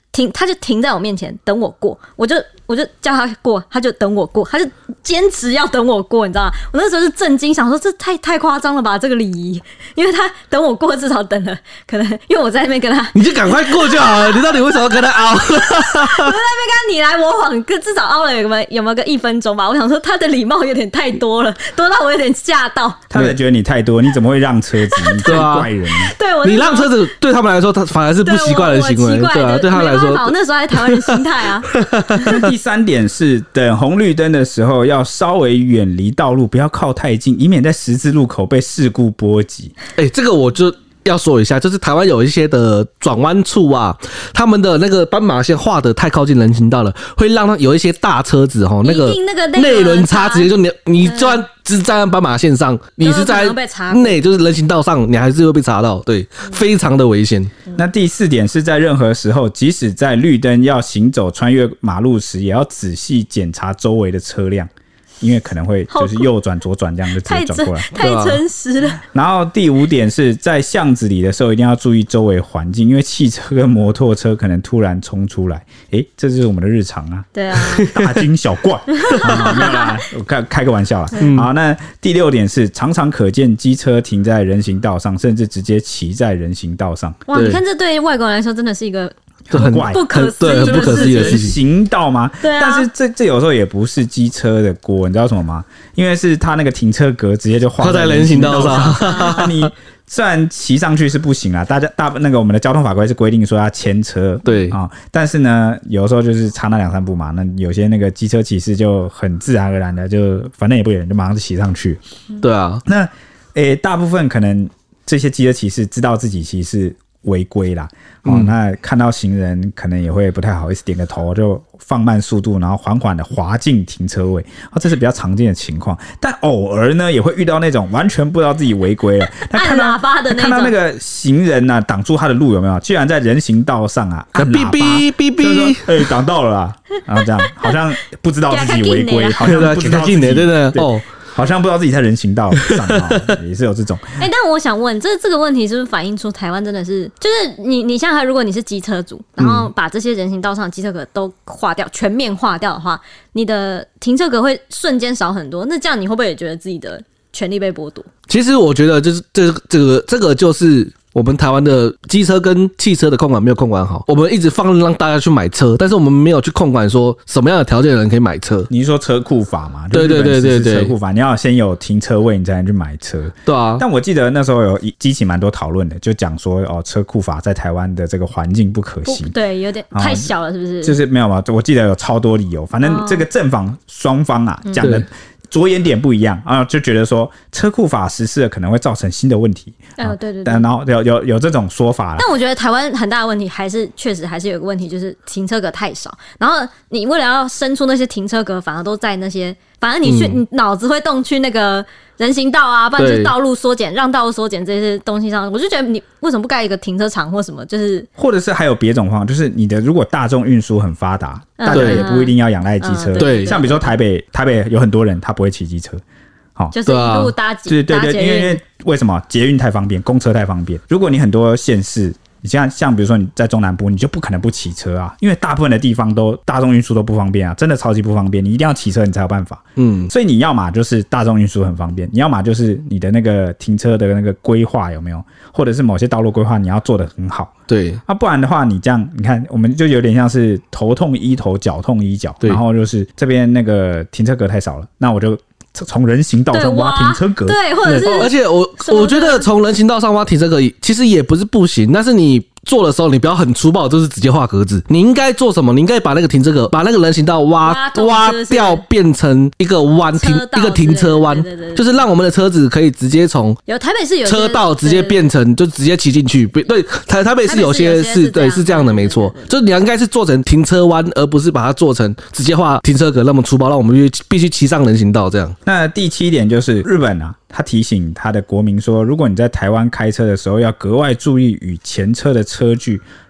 停，他就停在我面前等我过，我就我就叫他过，他就等我过，他就坚持要等我过，你知道吗？我那时候是震惊，想说这太太夸张了吧，这个礼仪，因为他等我过至少等了，可能因为我在那边跟他， 你就赶快过就好了，你到底为什么要跟他凹？ 我在那边跟他你来我往，至少凹了有没有有没有个一分钟吧？我想说他的礼貌有点太多了，多到我有点吓到。 他们觉得你太多，你怎么会让车子？你太怪人了。 对，我你让车子对他们来说，他反而是不习惯的行为，对啊，对他来说， 我那时候还台湾人心态啊。 第三点是，等红绿灯的时候要稍微远离道路，不要靠太近，以免在十字路口被事故波及。 哎、欸，这个我就要说一下，就是台湾有一些的转弯处啊，他们的那个斑马线画的太靠近人行道了，会让有一些大车子哈，那个内轮差直接就你你就算是站在斑马线上，你是在内就是人行道上，你还是会被查到，对，非常的危险。 那第四点是在任何时候，即使在绿灯要行走穿越马路时，也要仔细检查周围的车辆。因为可能会就是右转左转这样就直接转过来， 太诚实了。 然后第五点是在巷子里的时候一定要注意周围环境，因为汽车跟摩托车可能突然冲出来，哎，这就是我们的日常啊。 对啊， 大惊小怪。啊、没有啦，我开开个玩笑啦。嗯、好，那第六点是常常可见机车停在人行道上，甚至直接骑在人行道上。 哇，你看这对外国人来说真的是一个。 很怪， 不可思议， 很不可思议的事情。 行道吗？ 对啊。 但是这这有时候也不是机车的锅，你知道什么吗？因为是他那个停车格直接就画在人行道上。那你虽然骑上去是不行啦，大家大那个我们的交通法规是规定说要牵车， 对啊、哦。但是呢，有时候就是差那两三步嘛，那有些那个机车骑士就很自然而然的就反正也不远，就马上就骑上去。 对啊。 那诶、欸，大部分可能这些机车骑士知道自己其实违规啦，哦、嗯，那看到行人可能也会不太好意思点个头，就放慢速度，然后缓缓的滑进停车位，哦，这是比较常见的情况。但偶尔呢，也会遇到那种完全不知道自己违规了，他看到按喇叭的那种， 看到那个行人呐、啊、挡住他的路有没有？居然在人行道上啊按喇叭，哔哔哔，哎，挡到了啦，然后这样好像不知道自己违规，好像不知道自己对对对哦。 好像不知道自己在人行道上、哦、也是有这种。 哎、欸，但我想问，这这个问题是不是反映出台湾真的是，就是你你想想，如果你是机车主，然后把这些人行道上的机车格都划掉，全面划掉的话，你的停车格会瞬间少很多。那这样你会不会也觉得自己的权利被剥夺？ 其实我觉得就是这这个这个就是我们台湾的机车跟汽车的控管没有控管好，我们一直放任让大家去买车，但是我们没有去控管说什么样的条件的人可以买车。 你是说车库法嘛？ 对对对对对， 车库法你要先有停车位，你才能去买车。 对啊。 但我记得那时候有激起蛮多讨论的，就讲说哦，车库法在台湾的这个环境不可行， 对，有点太小了，是不是？ 哦、就是没有嘛？我记得有超多理由，反正这个正反双方啊讲的。着眼点不一样啊，就觉得说车库法实施了可能会造成新的问题。 哦，对对对。 但然后有有有这种说法啦。 但我觉得台湾很大的问题还是确实还是有一个问题，就是停车格太少。然后你为了要生出那些停车格，反而都在那些，反而你去、嗯、你脑子会动去那个人行道啊，不然就是道路缩减、让道路缩减这些东西上。我就觉得你为什么不盖一个停车场或什么？就是或者是还有别种方法，就是你的如果大众运输很发达，嗯、大家也不一定要仰赖机车。 嗯、 对，像比如说台北，台北有很多人他不会骑机车。 就是一路搭捷， 对对对，因为因为为什么捷运太方便，公车太方便。如果你很多县市，你像像比如说你在中南部，你就不可能不骑车啊，因为大部分的地方都大众运输都不方便啊，真的超级不方便，你一定要骑车你才有办法。嗯，所以你要嘛就是大众运输很方便，你要嘛就是你的那个停车的那个规划有没有，或者是某些道路规划你要做得很好。 对， 啊，不然的话，你这样你看，我们就有点像是头痛医头，脚痛医脚，然后就是这边那个停车格太少了，那我就。从人行道上挖停车格， 对，或者是， 而且我我觉得从人行道上挖停车格其实也不是不行，但是你做的时候你不要很粗暴，就是直接画格子。你应该做什么？你应该把那个停车格，把那个人行道挖挖掉，变成一个弯停一个停车弯，就是让我们的车子可以直接从有台北市有车道直接变成就直接骑进去。对，台台北市有些是对是这样的，没错。就是你应该是做成停车弯，而不是把它做成直接画停车格那么粗暴，让我们必须骑上人行道这样。 那第七点就是日本啊，他提醒他的国民说，如果你在台湾开车的时候，要格外注意与前车的车距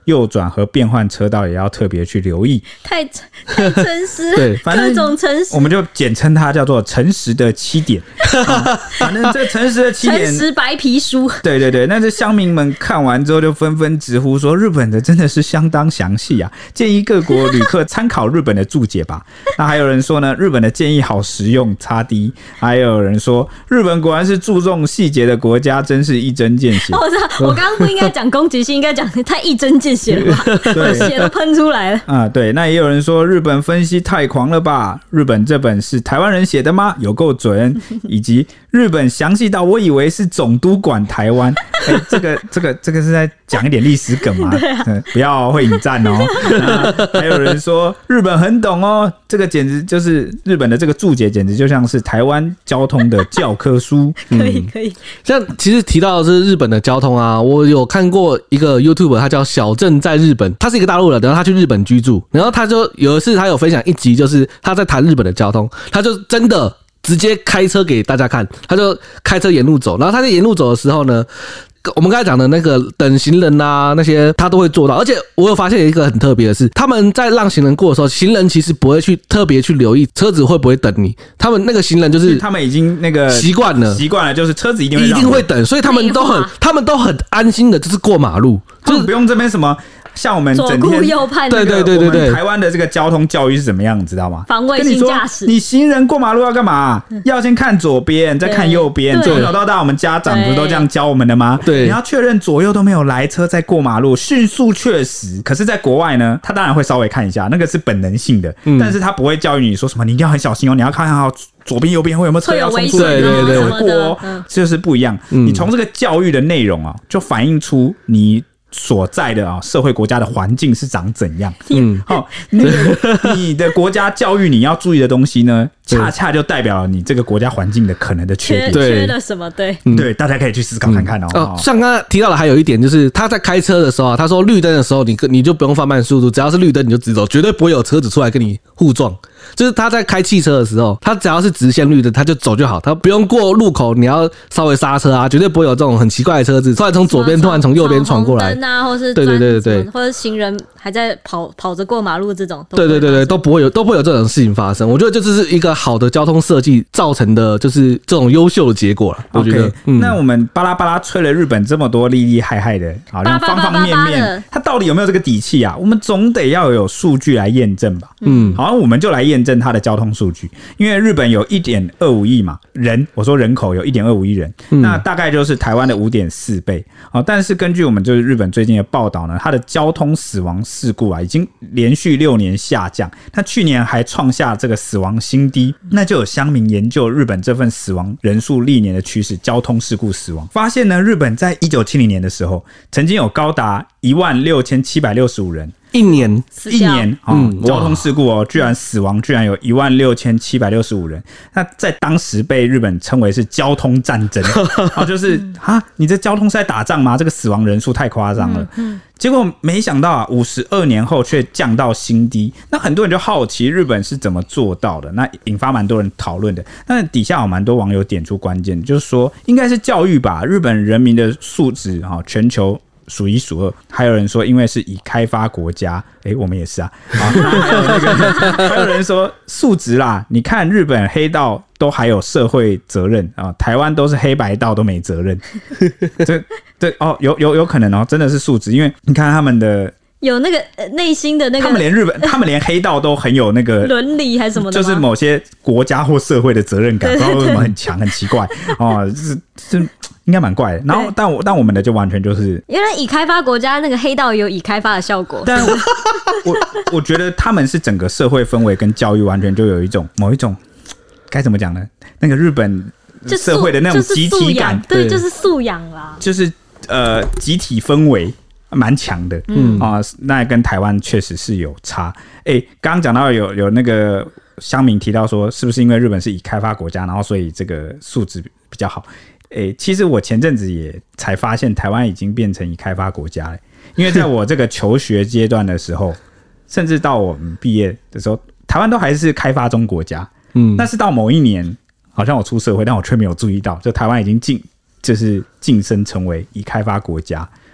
右转和变换车道也要特别去留意。 太太诚实了， 对， 反正各种诚实， 我们就简称它叫做诚实的七点。啊、反正这诚实的七点， 诚实白皮书。 对对对，那这乡民们看完之后就纷纷直呼说，日本的真的是相当详细啊，建议各国旅客参考日本的注解吧。那还有人说呢，日本的建议好实用，擦低。还有人说，日本果然是注重细节的国家，真是一针见血。 我知道，我刚刚不应该讲攻击性，应该讲太一针见血了吧？血都喷出来了啊！对，那也有人说日本分析太狂了吧？日本这本是台湾人写的吗？有够准！以及日本详细到我以为是总督管台湾。哎、欸，这个这个这个是在讲一点历史梗嘛？啊嗯、不要会引战哦。还有人说日本很懂哦，这个简直就是日本的这个注解，简直就像是台湾交通的教科书。 可以可以。 像其实提到的是日本的交通啊，我有看过一个 YouTuber， 他叫小郑在日本，他是一个大陆人，然后他去日本居住，然后他就有一次他有分享一集，就是他在谈日本的交通，他就真的直接开车给大家看，他就开车沿路走，然后他在沿路走的时候呢，我们刚才讲的那个等行人啊，那些他都会做到，而且我有发现一个很特别的是，他们在让行人过的时候，行人其实不会去特别去留意车子会不会等你，他们那个行人就是他们已经那个习惯了， 习惯了，就是车子一定会一定会等，所以他们都很他们都很安心的，就是过马路， 就是不用这边什么。像我们整天左顾右盼， 对对对对对， 台湾的这个交通教育是怎么样，你知道吗？ 防卫性驾驶。 你行人过马路要干嘛？要先看左边，再看右边。从小到大，我们家长不是都这样教我们的吗？ 对， 你要确认左右都没有来车再过马路，迅速确实。可是，在国外呢，他当然会稍微看一下，那个是本能性的，嗯、但是他不会教育你说什么，你一定要很小心哦，你要看好左边右边会有没有车要冲出来， 对对对， 过哦，嗯、就是不一样。嗯、你从这个教育的内容啊，就反映出你所在的啊社会国家的环境是长怎样？嗯，好、哦，那个你的国家教育你要注意的东西呢，恰恰就代表了你这个国家环境的可能的缺点， 缺缺了什么？对、 嗯、对，大家可以去思考看看哦。 嗯、哦像刚才提到的，还有一点就是他在开车的时候啊，他说绿灯的时候你你就不用放慢速度，只要是绿灯你就直走，绝对不会有车子出来跟你互撞。就是他在开汽车的时候，他只要是直线绿灯，他就走就好，他不用过路口，你要稍微刹车啊，绝对不会有这种很奇怪的车子突然从左边，突然从右边闯过来啊，或是对对对对对， 或者行人还在跑跑着过马路这种， 对对对对，都不会有都不会有这种事情发生。我觉得这就是一个好的交通设计造成的，就是这种优秀的结果了。我觉得， okay, 嗯、那我们巴拉巴拉吹了日本这么多厉厉害害的，好像方方面面，他到底有没有这个底气啊？我们总得要有数据来验证吧。嗯，好，我们就来验证他的交通数据，因为日本有 一点二五亿嘛人，我说人口有 一点二五亿人，嗯、那大概就是台湾的 五点四倍。好，但是根据我们就是日本最近的报道呢，它的交通死亡事故啊，已经连续六年下降，它去年还创下这个死亡新低。那就有乡民研究日本这份死亡人数历年的趋势，交通事故死亡，发现呢，日本在一九七零年的时候，曾经有高达一万六千七百六十五人。 一年一年、哦嗯、交通事故哦，居然死亡居然有一万六千七百六十五人，那在当时被日本称为是交通战争，哦、就是啊，你这交通是在打仗吗？这个死亡人数太夸张了。嗯嗯结果没想到啊，五十二年后却降到新低。那很多人就好奇日本是怎么做到的，那引发蛮多人讨论的。那底下有蛮多网友点出关键，就是说应该是教育吧，日本人民的素质啊，全球数一数二。还有人说因为是已开发国家，哎、欸，我们也是啊。好，那还有那个还有人说素质啦，你看日本黑道都还有社会责任啊，台湾都是黑白道都没责任。这这哦，有有有可能哦，真的是素质，因为你看他们的。 有那个内心的那个， 他们连日本，他们连黑道都很有那个伦理还是什么的， 就是某些国家或社会的责任感，不知道为什么很强，很奇怪哦，是是应该蛮怪的。然后，但我但我们的就完全就是， 原来已开发国家那个黑道有已开发的效果， 但我我, 我觉得他们是整个社会氛围跟教育完全就有一种某一种该怎么讲呢？那个日本社会的那种集体感， 对，就是素养啦， 就是呃集体氛围。蛮强的，嗯啊、呃，那跟台湾确实是有差。哎、欸，刚刚讲到有有那个乡民提到说，是不是因为日本是已开发国家，然后所以这个素质比较好？哎、欸，其实我前阵子也才发现，台湾已经变成已开发国家了。因为在我这个求学阶段的时候，甚至到我们毕业的时候，台湾都还是开发中国家。嗯，但是到某一年，好像我出社会，但我却没有注意到，就台湾已经晋就是晋升成为已开发国家。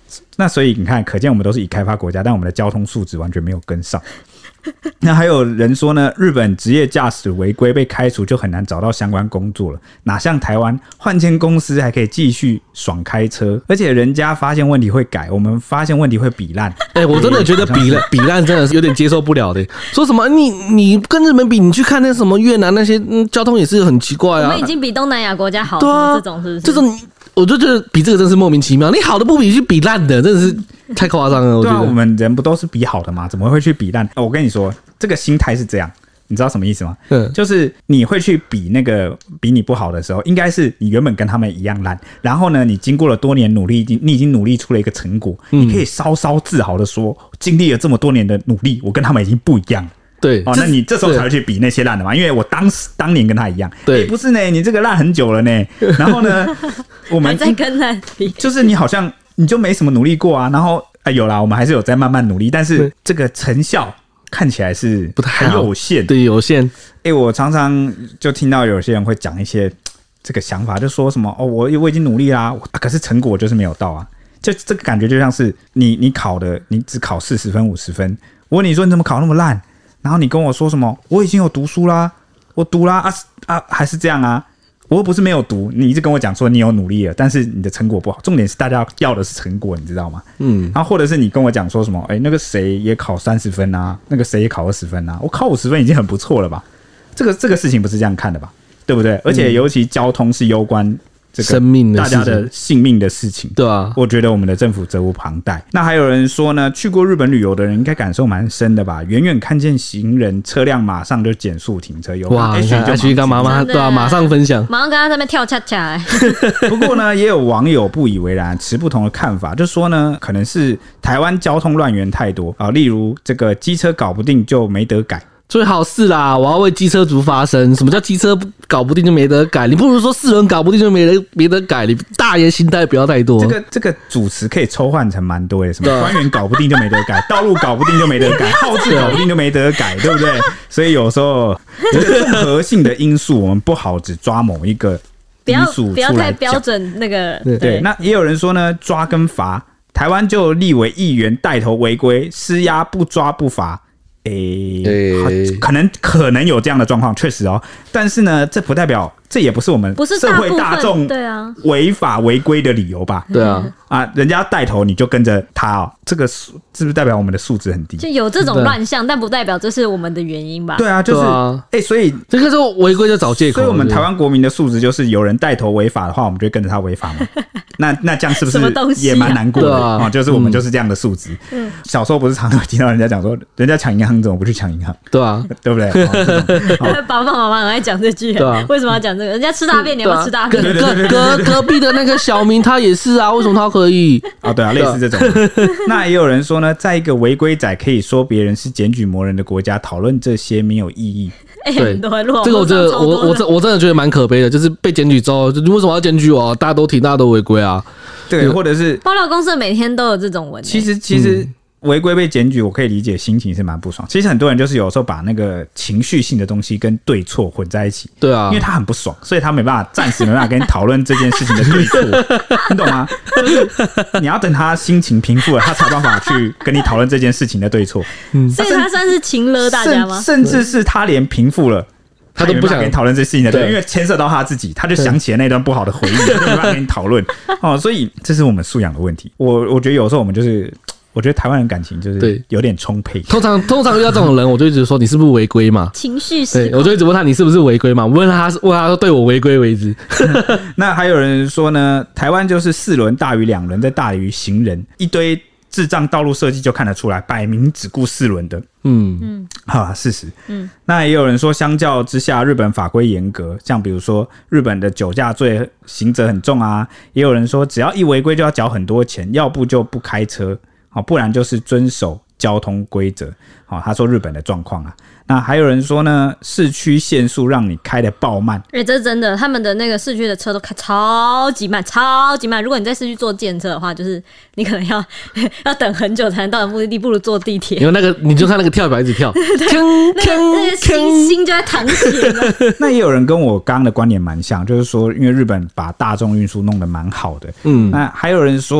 那所以你看，可见我们都是已开发国家，但我们的交通素质完全没有跟上。那还有人说呢，日本职业驾驶违规被开除就很难找到相关工作了，哪像台湾换间公司还可以继续爽开车，而且人家发现问题会改，我们发现问题会比烂。 哎、欸，我真的觉得比烂比烂真的是有点接受不了的。说什么你你跟日本比，你去看那什么越南那些、嗯、交通也是很奇怪啊。 我们已经比东南亚国家好， 对啊， 这种是不是？ 这种我就觉得比这个真是莫名其妙。你好的不比，去比烂的，真的是太夸张了。我觉得对啊，我们人不都是比好的吗？怎么会去比烂？我跟你说，这个心态是这样。你知道什么意思吗？嗯，就是你会去比那个比你不好的时候，应该是你原本跟他们一样烂，然后呢，你经过了多年努力，你已经努力出了一个成果，嗯、你可以稍稍自豪的说，经历了这么多年的努力，我跟他们已经不一样了。 对， 哦，那你这时候才会去比那些烂的嘛？因为我当时当年跟他一样， 对， 欸、不是呢，你这个烂很久了呢。然后呢，我们还在跟烂比， 就是你好像你就没什么努力过啊。然后哎、欸，有啦，我们还是有在慢慢努力，但是这个成效看起来是不太很有限， 对，有限。 哎、欸，我常常就听到有些人会讲一些这个想法，就说什么哦，我我已经努力啦、啊，可是成果就是没有到啊。就这个感觉就像是你你考的，你只考四十分五十分，我问你说你怎么考那么烂？然后你跟我说什么？我已经有读书啦，我读啦啊啊，还是这样啊？我又不是没有读，你一直跟我讲说你有努力了，但是你的成果不好。重点是大家要的是成果，你知道吗？嗯。然后或者是你跟我讲说什么？哎、欸，那个谁也考三十分啊，那个谁也考二十分啊，我考五十分已经很不错了吧？这个这个事情不是这样看的吧？对不对？而且尤其交通是攸关这个生命的大家的性命的事情， 对啊， 我觉得我们的政府责无旁贷。那还有人说呢，去过日本旅游的人应该感受蛮深的吧？远远看见行人，车辆马上就减速停车。有哇，你看 H 干嘛吗？对啊，马上分享， 马上跟他在那边跳恰恰。 不过呢，也有网友不以为然，持不同的看法，就说呢，可能是台湾交通乱源太多啊，例如这个机车搞不定就没得改。 最好是啦，我要为机车族发声。什么叫机车搞不定就没得改？你不如说四轮搞不定就没得没得改。你大爷心态不要太多。 这个这个主词可以抽换成蛮多的，什么官员搞不定就没得改，道路搞不定就没得改，号志搞不定就没得改，对不对？所以有时候这个综合性的因素，我们不好只抓某一个因素出来讲， 不要不要太标准那个。 对, 对，那也有人说呢，抓跟罚，台湾就立委议员带头违规施压，不抓不罚。诶、欸，可能可能有这样的状况，确实哦。但是呢，这不代表，这也不是我们社会大众对啊违法违规的理由吧？ 对啊， 啊，人家带头你就跟着他哦，这个是不是代表我们的素质很低？ 就有这种乱象，但不代表这是我们的原因吧？ 对啊，就是哎、欸，所以这个时候违规就找借口。 所以我们台湾国民的素质就是有人带头违法的话，我们就会跟着他违法嘛。那那这样是不是也蛮难过的啊、哦？就是我们就是这样的素质。嗯，小时候不是常常听到人家讲说，人家抢银行怎么不去抢银行？ 对啊， 对不对？ 哦、爸爸妈妈很爱讲这句、欸， 对啊， 为什么要讲这个？人家吃大便，你要不要吃大便？ 隔隔隔壁的那个小明他也是啊，为什么他可以？ 啊、哦，对啊，类似这种。那也有人说呢，在一个违规仔可以说别人是检举魔人的国家，讨论这些没有意义。 欸、对，很多这个我真的，我我真我真的觉得蛮可悲的，就是被检举之后，你为什么要检举我？大家都挺，大家都违规啊。 对，或者是爆料公社每天都有这种文、欸。 其实其实违规被检举，我可以理解，心情是蛮不爽。其实很多人就是有时候把那个情绪性的东西跟对错混在一起。 对啊， 因为他很不爽，所以他没办法，暂时没办法跟你讨论这件事情的对错，你懂吗？就是你要等他心情平复了，他才有办法去跟你讨论这件事情的对错。 嗯，所以他算是情勒大家吗？ 甚至是他连平复了。他都不想跟你讨论这事情的，对，因为牵涉到他自己，他就想起了那段不好的回忆，他就没办法跟你讨论哦。所以这是我们素养的问题。我我觉得有时候我们就是，我觉得台湾人感情就是有点充沛。 通常通常遇到这种人，我就一直说你是不是违规嘛？ 情绪失控， 我就一直问他你是不是违规嘛？问他问他说对我违规为止。 那还有人说呢，台湾就是四轮大于两轮，再大于行人，一堆智障道路设计就看得出来，摆明只顾四轮的。嗯嗯，好，事实。嗯，那也有人说，相较之下，日本法规严格，像比如说日本的酒驾罪刑责很重啊。也有人说，只要一违规就要缴很多钱，要不就不开车，好，不然就是遵守交通规则。好，他说日本的状况啊。那还有人说呢，市区限速让你开的爆慢， 哎、欸，这是真的，他们的那个市区的车都开超级慢，超级慢。如果你在市区坐电车的话，就是你可能要要等很久才能到的目的地，不如坐地铁。 因为那个，你就看那个跳表一直跳， 锵锵锵，心就在淌血了。 那也有人跟我刚刚的观点蛮像，就是说，因为日本把大众运输弄得蛮好的，嗯，那还有人说。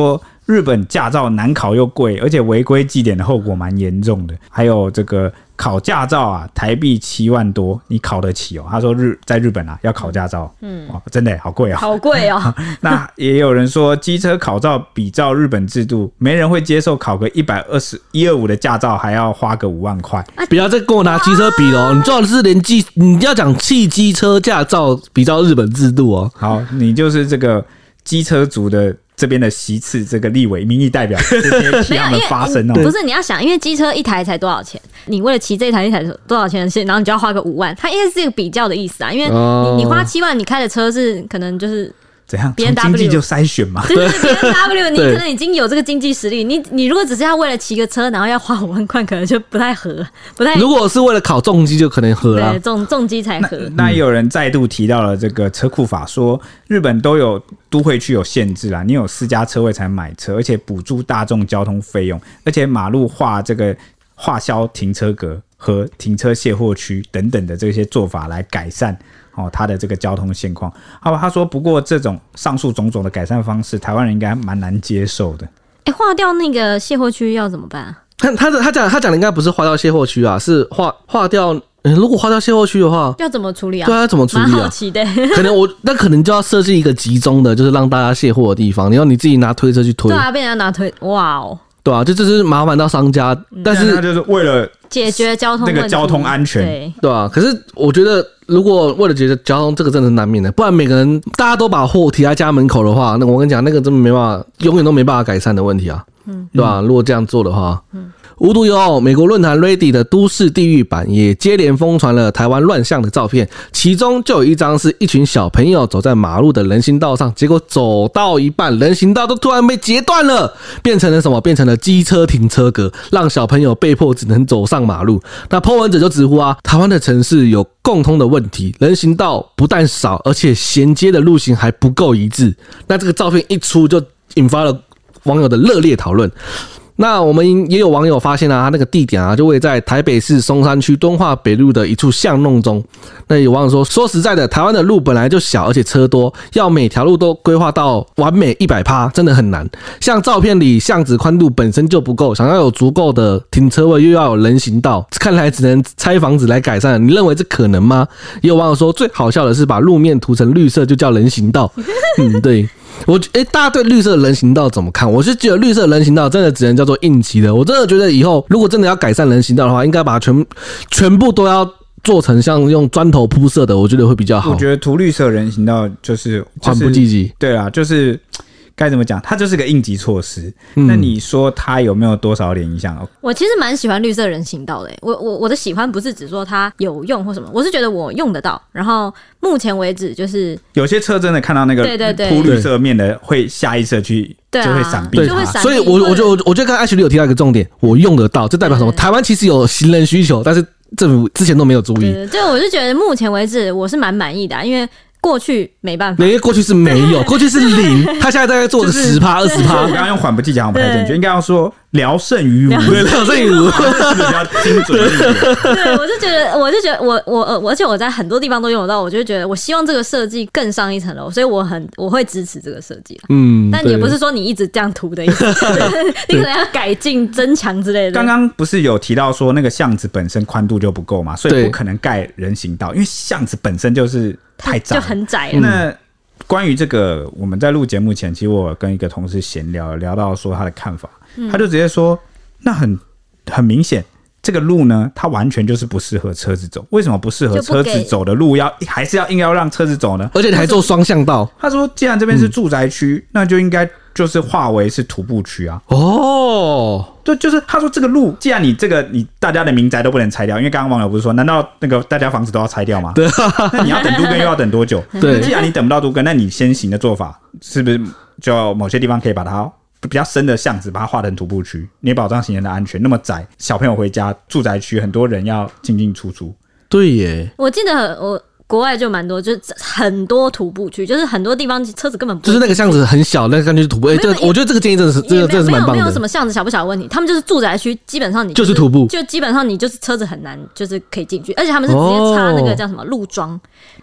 日本驾照难考又贵，而且违规记点的后果蛮严重的。还有这个考驾照啊，台币七万多，你考得起哦？他说日在日本啊要考驾照，嗯，哇，真的好贵啊、哦， 好贵哦。 那也有人说，机车考照比照日本制度，没人会接受考个一百二十一二五的驾照还要花个五万块。 不要再跟我拿机车比了，你最好是连机，你要讲汽机车驾照比照日本制度哦。 好，你就是这个机车族的。这边的席次，这个立委民意代表这些替他们发声哦。 不是，你要想，因为机车一台才多少钱？你为了骑这一台一台多少钱的事，然后你就要花个五万，它应该是一个比较的意思啊。因为你、哦、你花七万，你开的车是可能就是怎样？从经济就筛选嘛。 对对 ，B M W 你可能已经有这个经济实力，你你如果只是要为了骑个车，然后要花五万块，可能就不太合，不太。 如果是为了考重机，就可能合了。 对，重重机才合。 那, 那也有人再度提到了这个车库法，说日本都有都会区有限制啦，你有私家车位才买车，而且补助大众交通费用，而且马路划这个划销停车格和停车卸货区等等的这些做法来改善。哦，他的这个交通现况，好，他说，不过这种上述种种的改善方式，台湾人应该蛮难接受的。 哎、欸，划掉那个卸货区要怎么办啊？ 他他的他讲他讲的应该不是划掉卸货区啊，是划划掉、欸。如果划掉卸货区的话， 要怎么处理啊？ 对啊，怎么处理啊？ 蛮好奇的。 可能我那可能就要设计一个集中的，就是让大家卸货的地方，然后你自己拿推车去推。 对啊，被人家拿推，哇哦。 对啊，就这是麻烦到商家， 嗯、 但是他就是为了解决交通那个交通安全， 对对啊。可是我觉得，如果为了解决交通，这个真的是难免的，不然每个人大家都把货提在家门口的话，那我跟你讲，那个真的没办法，永远都没办法改善的问题啊，嗯，对吧、啊？如果这样做的话，嗯。无独有偶，美国论坛 Reddit 的都市地狱版也接连疯传了台湾乱象的照片，其中就有一张是一群小朋友走在马路的人行道上，结果走到一半，人行道都突然被截断了，变成了什么？变成了机车停车格，让小朋友被迫只能走上马路。那 po 文者就直呼啊，台湾的城市有共通的问题，人行道不但少，而且衔接的路型还不够一致。那这个照片一出，就引发了网友的热烈讨论。那我们也有网友发现啊，他那个地点啊，就位在台北市松山区敦化北路的一处巷弄中。那有网友说，说实在的，台湾的路本来就小，而且车多，要每条路都规划到完美 百分之百 真的很难。像照片里巷子宽度本身就不够，想要有足够的停车位，又要有人行道，看来只能拆房子来改善。你认为这可能吗？也有网友说，最好笑的是把路面涂成绿色就叫人行道。嗯，对。我哎、欸，大家对绿色人行道怎么看？我是觉得绿色人行道真的只能叫做应急的。我真的觉得以后如果真的要改善人行道的话，应该把它全全部都要做成像用砖头铺设的，我觉得会比较好。 我觉得涂绿色人行道就是缓不济急。 对啦，就是该怎么讲，它就是个应急措施。嗯、那你说它有没有多少点影响？ 我其实蛮喜欢绿色人行道的、欸。我我我的喜欢不是只说它有用或什么，我是觉得我用得到。然后目前为止，就是有些车真的看到那个铺绿色面的，会下意识去就会闪避它。 所以我我就我觉得刚才Ashley有提到一个重点，我用得到，这代表什么？台湾其实有行人需求，但是政府之前都没有注意。 对对，就我就觉得目前为止我是蛮满意的、啊，因为。过去没办法， 因为过去是没有，过去是零，他现在大概做个十趴、二十趴。 我刚刚用缓不济急好像不太正确，应该要说聊胜于无， 对，聊胜于无， 是比较精准一点。 对，我就觉得，我就觉得我，我我，而且我在很多地方都用得到，我就觉得，我希望这个设计更上一层楼，所以我很我会支持这个设计。嗯，但也不是说你一直这样涂的意思，你可能要改进、增强之类的。 刚刚不是有提到说那个巷子本身宽度就不够嘛，所以不可能盖人行道，因为巷子本身就是太窄， 就很窄了。 那关于这个，我们在录节目前，其实我跟一个同事闲聊，聊到说他的看法，嗯、他就直接说，那很很明显，这个路呢，它完全就是不适合车子走。为什么不适合车子走的路要还是要硬要让车子走呢？ 而且你还做双向道。 他说，既然这边是住宅区，嗯、那就应该就是划为是徒步区啊。 哦。 就就是他说这个路，既然你这个你大家的民宅都不能拆掉，因为刚刚网友不是说，难道那个大家房子都要拆掉吗？ 对， 那你要等都更又要等多久？对，既然你等不到都更，那你先行的做法是不是就某些地方可以把它比较深的巷子把它划成徒步区，你也保障行人的安全？那么窄，小朋友回家，住宅区很多人要进进出出。 对耶， 我记得我。国外就蛮多，就是很多徒步区，就是很多地方车子根本不就是那个巷子很小，那个感觉是徒步。哎、欸，这我觉得这个建议真的是，这个真的是蛮棒的。 没有没有什么巷子小不小的问题，他们就是住宅区，基本上你、 就是、就是徒步， 就基本上你就是车子很难，就是可以进去，而且他们是直接插那个叫什么路桩，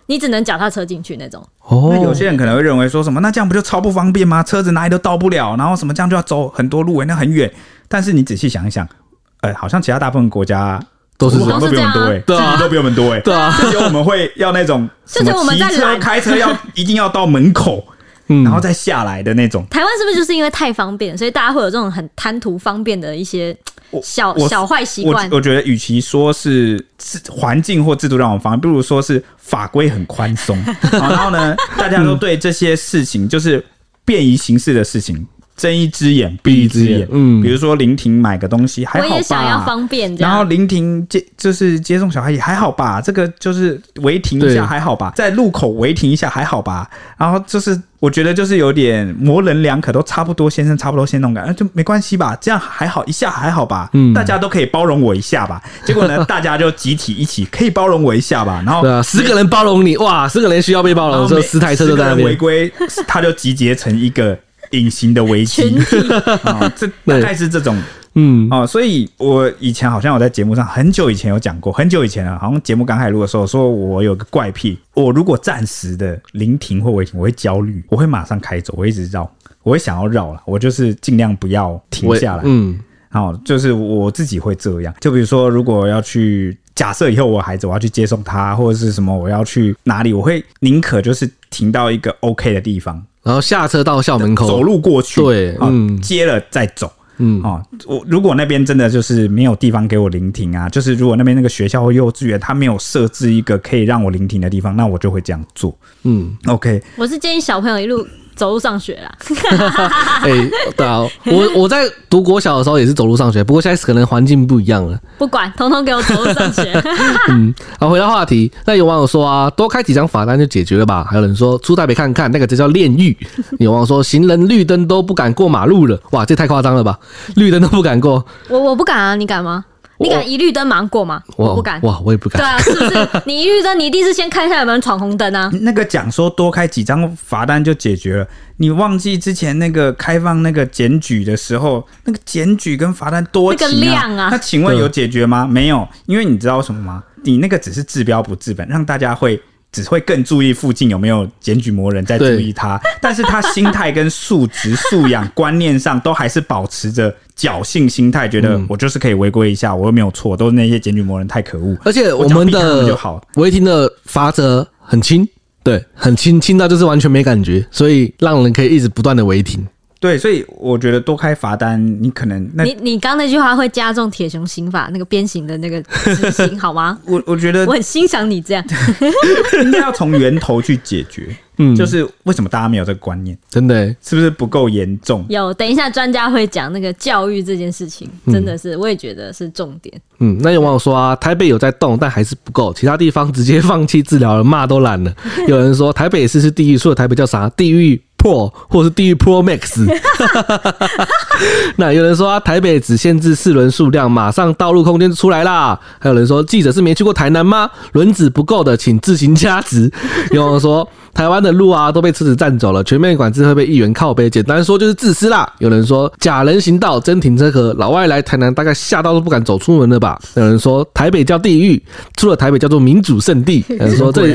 你只能脚踏车进去那种。 哦，那有些人可能会认为说什么，那这样不就超不方便吗？车子哪里都到不了，然后什么这样就要走很多路，那很远。但是你仔细想一想，呃，好像其他大部分国家都是都比我们多哎， 对啊， 都比我们多哎， 对啊， 就有我们会要那种什么骑车、开车要一定要到门口。嗯、然后再下来的那种。 台湾是不是就是因为太方便，所以大家会有这种很贪图方便的一些小小坏习惯？ 我我觉得，与其说是环境或制度让我们方便，不如说是法规很宽松。然后呢，大家都对这些事情，就是便宜行事的事情。睁一只眼闭一只眼，嗯，比如说临停买个东西还好吧， 我也想要方便这样， 然后临停接就是接送小孩也还好吧，这个就是违停一下还好吧，在路口违停一下还好吧，然后就是我觉得就是有点模棱两可，都差不多先生差不多先弄感，就没关系吧，这样还好一下还好吧，嗯，大家都可以包容我一下吧。结果呢，大家就集体一起可以包容我一下吧，然后对啊，十个人包容你，哇，十个人需要被包容，就十台车就在那边违规，他就集结成一个。隐形的危机、哦，这大概是这种，嗯，哦，所以我以前好像有在节目上很久以前有讲过，很久以前了，好像节目刚开始录的时候，说我有个怪癖，我如果暂时的临停或违停，我会焦虑，我会马上开走，我一直绕，我会想要绕了，我就是尽量不要停下来，嗯，好、哦，就是我自己会这样，就比如说如果要去。假设以后我孩子我要去接送他，或者是什么我要去哪里，我会宁可就是停到一个 OK 的地方， 然后下车到校门口走路过去， 对， 嗯，接了再走。嗯，哦，我如果那边真的就是没有地方给我临停啊，就是如果那边那个学校或幼稚园它没有设置一个可以让我临停的地方，那我就会这样做。嗯 ，OK， 我是建议小朋友一路走路上学啦。 哎、欸，对啊，我我在读国小的时候也是走路上学，不过现在可能环境不一样了。 不管，统统给我走路上学。 嗯，好，回到话题，那有网友说啊，多开几张罚单就解决了吧？还有人说出台北看看，那个这叫炼狱。有网友说行人绿灯都不敢过马路了，哇，这太夸张了吧？绿灯都不敢过， 我我不敢啊，你敢吗？你敢一绿灯马上过吗？我不敢。 哇，我也不敢。 对啊，是不是？你一绿灯，你一定是先看一下有没有人闯红灯啊。 那个讲说多开几张罚单就解决了，你忘记之前那个开放那个检举的时候，那个检举跟罚单多齐、啊、 那个量啊， 那请问有解决吗？没有，因为你知道什么吗？你那个只是治标不治本，让大家会。只会更注意附近有没有检举魔人在注意他，但是他心态跟素质、素养、观念上都还是保持着侥幸心态，觉得我就是可以违规一下，我又没有错，都是那些检举魔人太可恶。 而且我们的违停的罚则很轻，对，很轻，轻到就是完全没感觉，所以让人可以一直不断的违停。 对，所以我觉得多开罚单，你可能那你你刚那句话会加重铁熊刑法那个鞭刑的那个执行，好吗？ 我我觉得我很欣赏你这样， 应该要从源头去解决。嗯，就是为什么大家没有这个观念？ 真的、欸、 是不是不够严重？ 有，等一下专家会讲那个教育这件事情，真的是、嗯、我也觉得是重点。 嗯，那有网友说啊，台北有在动，但还是不够，其他地方直接放弃治疗了，骂都懒了。有人说台北市是地狱，说台北叫啥？地狱 Pro 或是地狱 Pro Max。那有人说啊，台北只限制四轮数量，马上道路空间就出来啦。还有人说记者是没去过台南吗？轮子不够的请自行加值。有人说台湾的路啊都被车子占走了，全面管制会被议员靠北，简单说就是自私啦。有人说假人行道真停车格，老外来台南大概吓到都不敢走出门了吧。有人说台北叫地狱，除了台北叫做民主圣地。有人说这里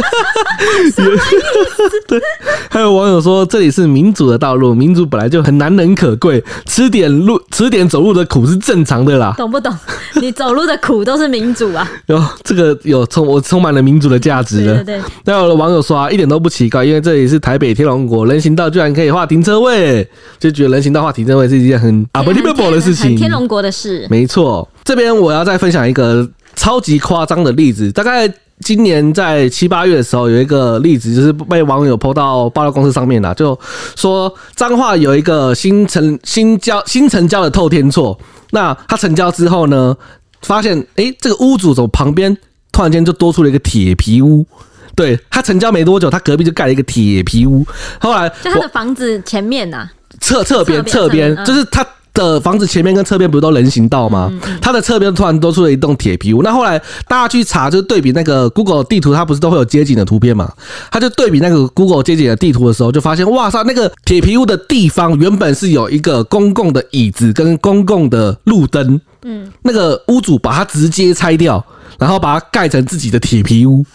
对，还有网友说这里是民主的道路，民主本来就很难能可贵，吃点路吃点走路的苦是正常的啦。 懂不懂？你走路的苦都是民主啊。 有这个有充我充满了民主的价值了。对对对。那有的网友说啊，一点都不奇怪，因为这里是台北天龙国，人行道居然可以画停车位，就觉得人行道画停车位是一件很 unbelievable 的事情， 很天龙国的事。 没错，这边我要再分享一个超级夸张的例子，大概。今年在七八月的时候，有一个例子，就是被网友 po 到爆料公司上面啦，就说彰化有一个新成新交新成交的透天厝，那他成交之后呢，发现哎、欸，这个屋主怎么旁边突然间就多出了一个铁皮屋？对，他成交没多久，他隔壁就盖了一个铁皮屋。后来就他的房子前面呐、啊， 侧侧边侧边，就是他。的房子前面跟侧边不是都人行道吗？它的侧边突然多出了一栋铁皮屋。那后来大家去查，就是对比那个 Google 地图，它不是都会有街景的图片嘛？他就对比那个 Google 街景的地图的时候，就发现哇塞，那个铁皮屋的地方原本是有一个公共的椅子跟公共的路灯，嗯，那个屋主把它直接拆掉，然后把它盖成自己的铁皮屋。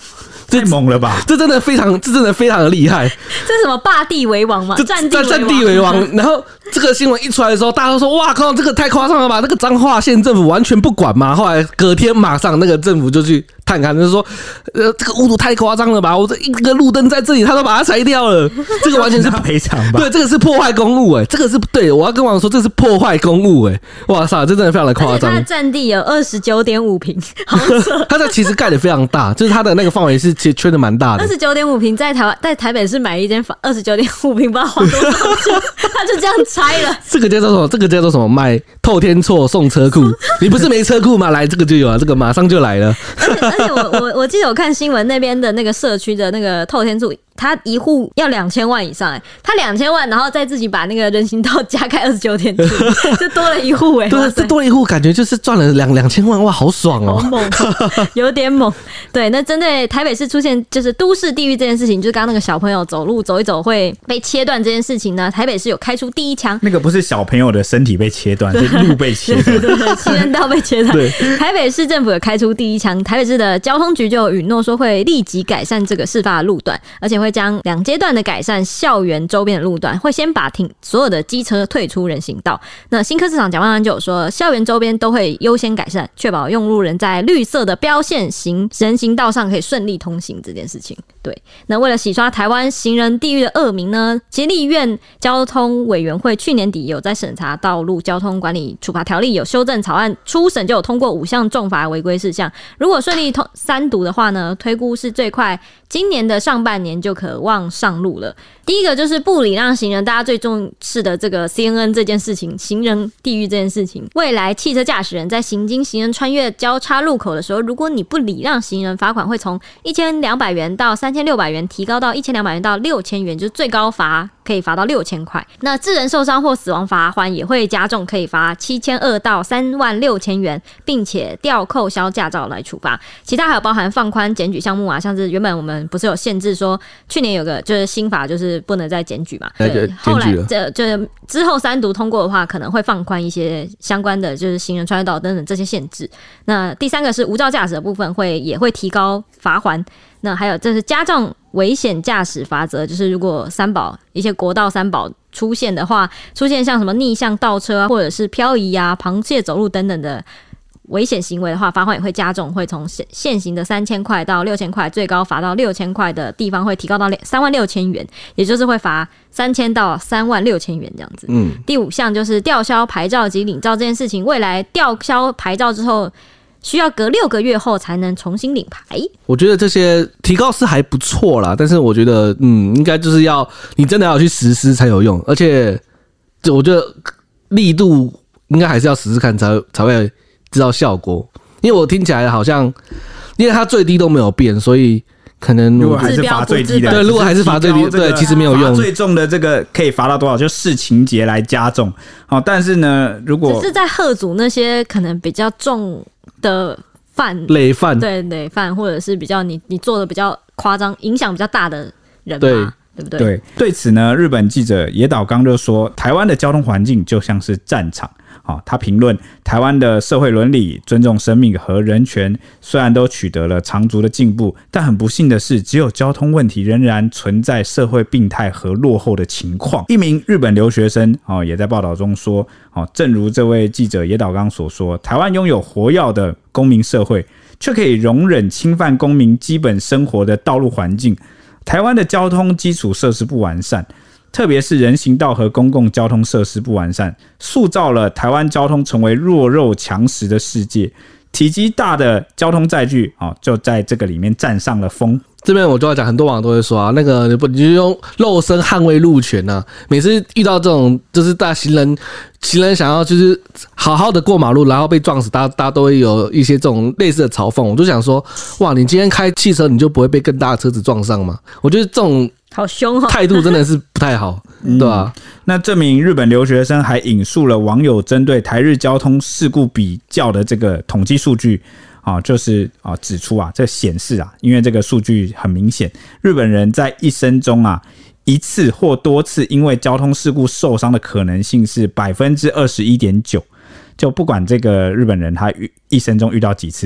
太猛了吧？ 这真的非常，这真的非常的厉害。 这是什么霸地为王嘛？占地为王。 占地为王。然后这个新闻一出来的时候，大家都说：“哇靠，这个太夸张了吧？那个彰化县政府完全不管嘛。”后来隔天马上那个政府就去探勘，就说：“呃，这个屋主太夸张了吧？我这一个路灯在这里，他都把它拆掉了。这个完全是赔偿吧？ 对，这个是破坏公物哎、欸，这个是对我要跟网友说，这是破坏公物哎、欸！哇塞，这真的非常的夸张。 它的占地有二十九点五平，好扯。 它这其实盖的非常大，就是它的那个范围是其实圈的蛮大的。 二十九点五平，在台湾在台北市买一间房，二十九点五平，不知道花多少钱，他就这样拆了。 这个叫做什么？这个叫做什么？买透天厝送车库。你不是没车库吗？来，这个就有啊，这个马上就来了。 而且而且我我我记得我看新闻那边的那个社区的那个透天厝。他一户要两千万以上哎、欸，他两千万，然后再自己把那个人行道加开二十九点七，就多了一户哎。 对，这多了一户，感觉就是赚了两两千万哇，好爽哦、喔， 好猛，有点猛。对，那针对台北市出现就是都市地狱这件事情，就是刚刚那个小朋友走路走一走会被切断这件事情呢，台北市有开出第一枪。 那个不是小朋友的身体被切断，是路被切断， 对对对，行人道被切断。台北市政府有开出第一枪，台北市的交通局就有允诺说会立即改善这个事发的路段，而且会将两阶段的改善校园周边的路段，会先把停所有的机车退出人行道。那新科市长蒋万安就有说，校园周边都会优先改善，确保用路人在绿色的标线行人行道上可以顺利通行这件事情。对，那为了洗刷台湾行人地狱的恶名呢，协力院交通委员会去年底有在审查道路交通管理处罚条例有修正草案，初审就有通过五项重罚违规事项。如果顺利通三读的话呢，推估是最快今年的上半年就可望上路了。第一个就是不礼让行人，大家最重视的这个 C N N 这件事情，行人地狱这件事情。未来汽车驾驶人在行经行人穿越交叉路口的时候，如果你不礼让行人，罚款会从一千两百元到三千六百元，提高到一千两百元到六千元，就是最高罚可以罚到六千块。那致人受伤或死亡罚款也会加重，可以罚七千二到三万六千元，并且吊扣销驾照来处罚。其他还有包含放宽检举项目啊，像是原本我们不是有限制说，去年有个就是新法就是不能再检举嘛，对，后来这就是之后三读通过的话，可能会放宽一些相关的就是行人穿越道等等这些限制。那第三个是无照驾驶的部分会也会提高罚锾。那还有这是加重危险驾驶罚则，就是如果三宝一些国道三宝出现的话，出现像什么逆向倒车啊，或者是漂移啊、螃蟹走路等等的危险行为的话，罚款也会加重，会从现行的三千块到六千块，最高罚到六千块的地方会提高到三万六千元，也就是会罚三千到三万六千元这样子。嗯，第五项就是吊销牌照及领照这件事情，未来吊销牌照之后，需要隔六个月后才能重新领牌。 我觉得这些提高是还不错啦，但是我觉得，嗯，应该就是要你真的要去实施才有用，而且我觉得力度应该还是要实施看才才会知道效果。因为我听起来好像，因为它最低都没有变，所以可能如果还是罚最低的， 对，如果还是罚最低，对，其实没有用。 最重的这个可以罚到多少，就视情节来加重。好，但是呢，如果只是在吓阻那些可能比较重的犯累犯， 对累犯，或者是比较你你做的比较夸张、影响比较大的人嘛， 对对不对？ 对，对此呢，日本记者野岛刚就说，台湾的交通环境就像是战场。好，他评论台湾的社会伦理、尊重生命和人权虽然都取得了长足的进步，但很不幸的是，只有交通问题仍然存在社会病态和落后的情况。一名日本留学生也在报道中说，正如这位记者野岛刚所说，台湾拥有活跃的公民社会，却可以容忍侵犯公民基本生活的道路环境。台湾的交通基础设施不完善，特别是人行道和公共交通设施不完善，塑造了台湾交通成为弱肉强食的世界。体积大的交通载具、哦、就在这个里面占上了风。 这边我就要讲，很多网友都会说啊，那个你不你就用肉身捍卫路权啊。每次遇到这种就是大行人行人想要就是好好的过马路，然后被撞死，大家大家都会有一些这种类似的嘲讽。我就想说，哇，你今天开汽车，你就不会被更大的车子撞上吗？我觉得这种好凶哦， 态度真的是不太好，对吧、啊嗯？那这名日本留学生还引述了网友针对台日交通事故比较的这个统计数据。啊，就是啊，指出啊，这显示啊，因为这个数据很明显，日本人在一生中啊，一次或多次因为交通事故受伤的可能性是百分之二十一点九。就不管这个日本人他一生中遇到几次，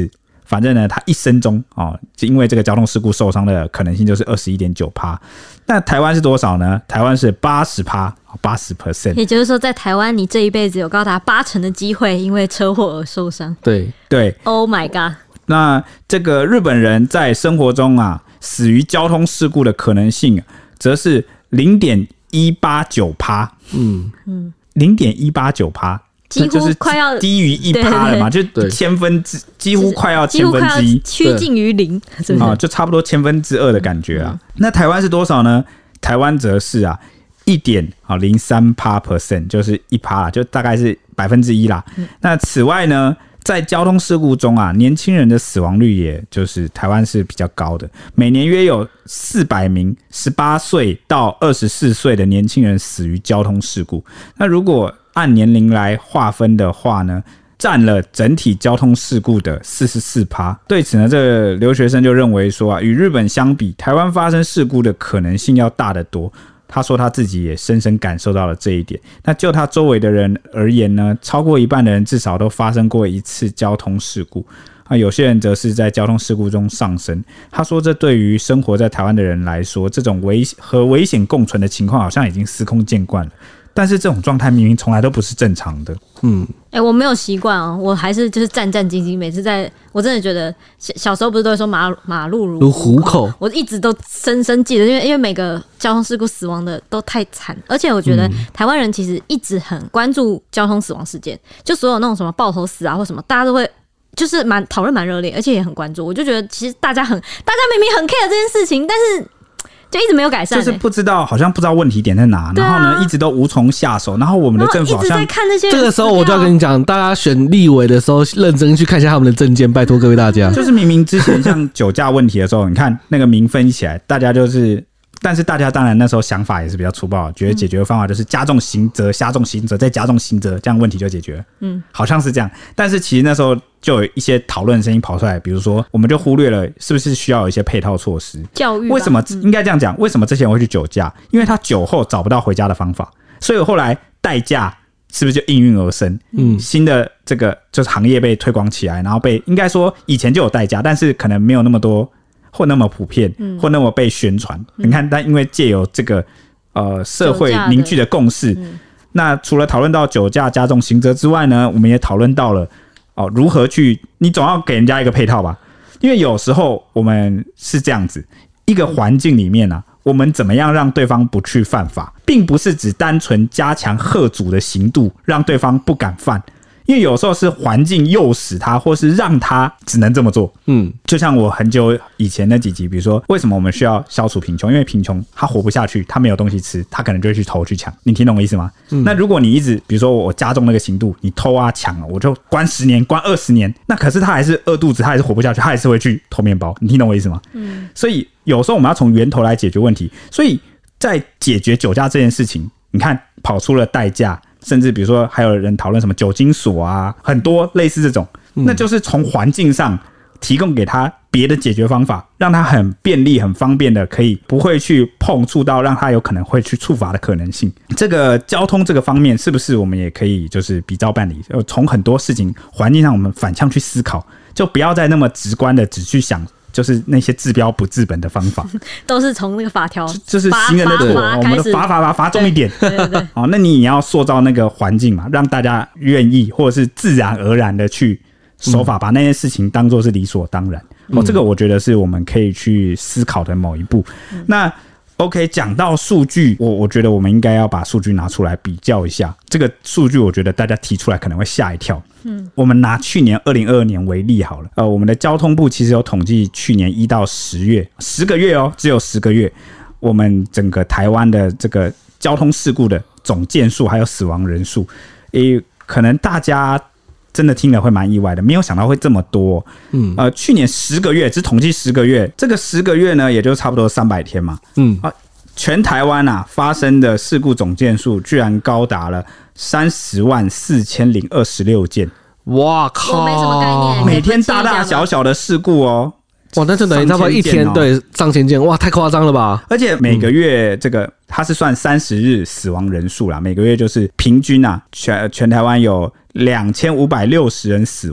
反正呢，他一生中哦，因为这个交通事故受伤的可能性就是 百分之二十一点九。那台湾是多少呢？台湾是 百分之八十， 百分之八十。 也就是说在台湾你这一辈子有高达八成的机会因为车祸而受伤。 对对 Oh my god。 那这个日本人在生活中啊死于交通事故的可能性则是 零点一八九。 嗯嗯 零点一八九， 几乎快要低于一趴了嘛，就千分之几乎快要千分之一， 趋近于零， 啊，就差不多千分之二的感觉啊。嗯、那台湾是多少呢？台湾则是啊一点零三 percent， 就是一趴啦，就大概是百分之一啦。嗯、那此外呢，在交通事故中啊，年轻人的死亡率也就是台湾是比较高的，每年约有四百名十八岁到二十四岁的年轻人死于交通事故。那如果按年龄来划分的话呢，占了整体交通事故的 百分之四十四。 对此呢，这个留学生就认为说啊，与日本相比，台湾发生事故的可能性要大得多。他说他自己也深深感受到了这一点。那就他周围的人而言呢，超过一半的人至少都发生过一次交通事故。啊，有些人则是在交通事故中丧生。他说，这对于生活在台湾的人来说，这种危和危险共存的情况好像已经司空见惯了。但是这种状态明明从来都不是正常的。嗯， 哎、欸，我没有习惯哦，我还是就是战战兢兢。每次在我真的觉得小小时候不是都会说马马路如虎口，我一直都深深记得，因为因为每个交通事故死亡的都太惨，而且我觉得台湾人其实一直很关注交通死亡事件，就所有那种什么爆头死啊或什么，大家都会。就是蛮讨论蛮热烈，而且也很关注。我就觉得其实大家很，大家明明很 care 这件事情，但是就一直没有改善、欸， 就是不知道，好像不知道问题点在哪，然后呢，一直都无从下手。然后我们的政府好像一直在看那些。 这个时候我就要跟你讲，大家选立委的时候，认真去看一下他们的政见，拜托各位大家。 就是明明之前像酒驾问题的时候，你看那个民分起来，大家就是。但是大家当然那时候想法也是比较粗暴，觉得解决的方法就是加重刑责、加重刑责再加重刑责，这样问题就解决了。嗯，好像是这样。但是其实那时候就有一些讨论声音跑出来，比如说我们就忽略了是不是需要有一些配套措施， 教育。 为什么应该这样讲？为什么这些人会去酒驾？因为他酒后找不到回家的方法，所以后来代驾是不是就应运而生？嗯，新的这个就是行业被推广起来，然后被应该说以前就有代驾，但是可能没有那么多。或那么普遍，或那么被宣传、嗯。你看，但因为借由这个呃社会凝聚的共识，嗯、那除了讨论到酒驾加重刑责之外呢，我们也讨论到了哦如何去，你总要给人家一个配套吧？因为有时候我们是这样子，一个环境里面啊，我们怎么样让对方不去犯法，并不是只单纯加强吓阻的刑度，让对方不敢犯。因为有时候是环境诱使他，或是让他只能这么做。嗯，就像我很久以前那几集，比如说为什么我们需要消除贫穷？因为贫穷他活不下去，他没有东西吃，他可能就会去偷去抢。你听懂我意思吗？嗯、那如果你一直比如说我加重那个刑度，你偷啊抢啊，我就关十年、关二十年，那可是他还是饿肚子，他还是活不下去，他还是会去偷面包。你听懂我意思吗？嗯，所以有时候我们要从源头来解决问题。所以在解决酒驾这件事情，你看跑出了代驾。甚至比如说还有人讨论什么酒精锁啊，很多类似这种，那就是从环境上提供给他别的解决方法，让他很便利很方便的可以不会去碰触到让他有可能会去触罚的可能性。这个交通这个方面是不是我们也可以就是比照办理，从很多事情环境上我们反向去思考，就不要再那么直观的只去想就是那些治标不治本的方法， 都是从那个法条， 就是行人的错，我们的罚罚罚罚重一点。对对对，哦，那你也要塑造那个环境嘛，让大家愿意或者是自然而然的去守法，嗯、把那些事情当作是理所当然。哦，这个我觉得是我们可以去思考的某一步。嗯、那 OK， 讲到数据，我我觉得我们应该要把数据拿出来比较一下。这个数据我觉得大家提出来可能会吓一跳。嗯，我们拿去年二零二二年为例好了。呃，我们的交通部其实有统计去年一到十月，十个月哦，只有十个月，我们整个台湾的这个交通事故的总件数还有死亡人数，诶，可能大家真的听了会蛮意外的，没有想到会这么多。嗯，呃，去年十个月只统计十个月，这个十个月呢，也就差不多三百天嘛。嗯啊，全台湾啊发生的事故总件数居然高达了三十万四千零二十六件。哇靠！ 我没什么概念， 每天大大小小的事故哦。 哇，那就等于差不多一天对上千件，哇，太夸张了吧！ 而且每个月这个它是算三十日死亡人数啦，每个月就是平均啊，全全台湾有两千五百六十人死亡。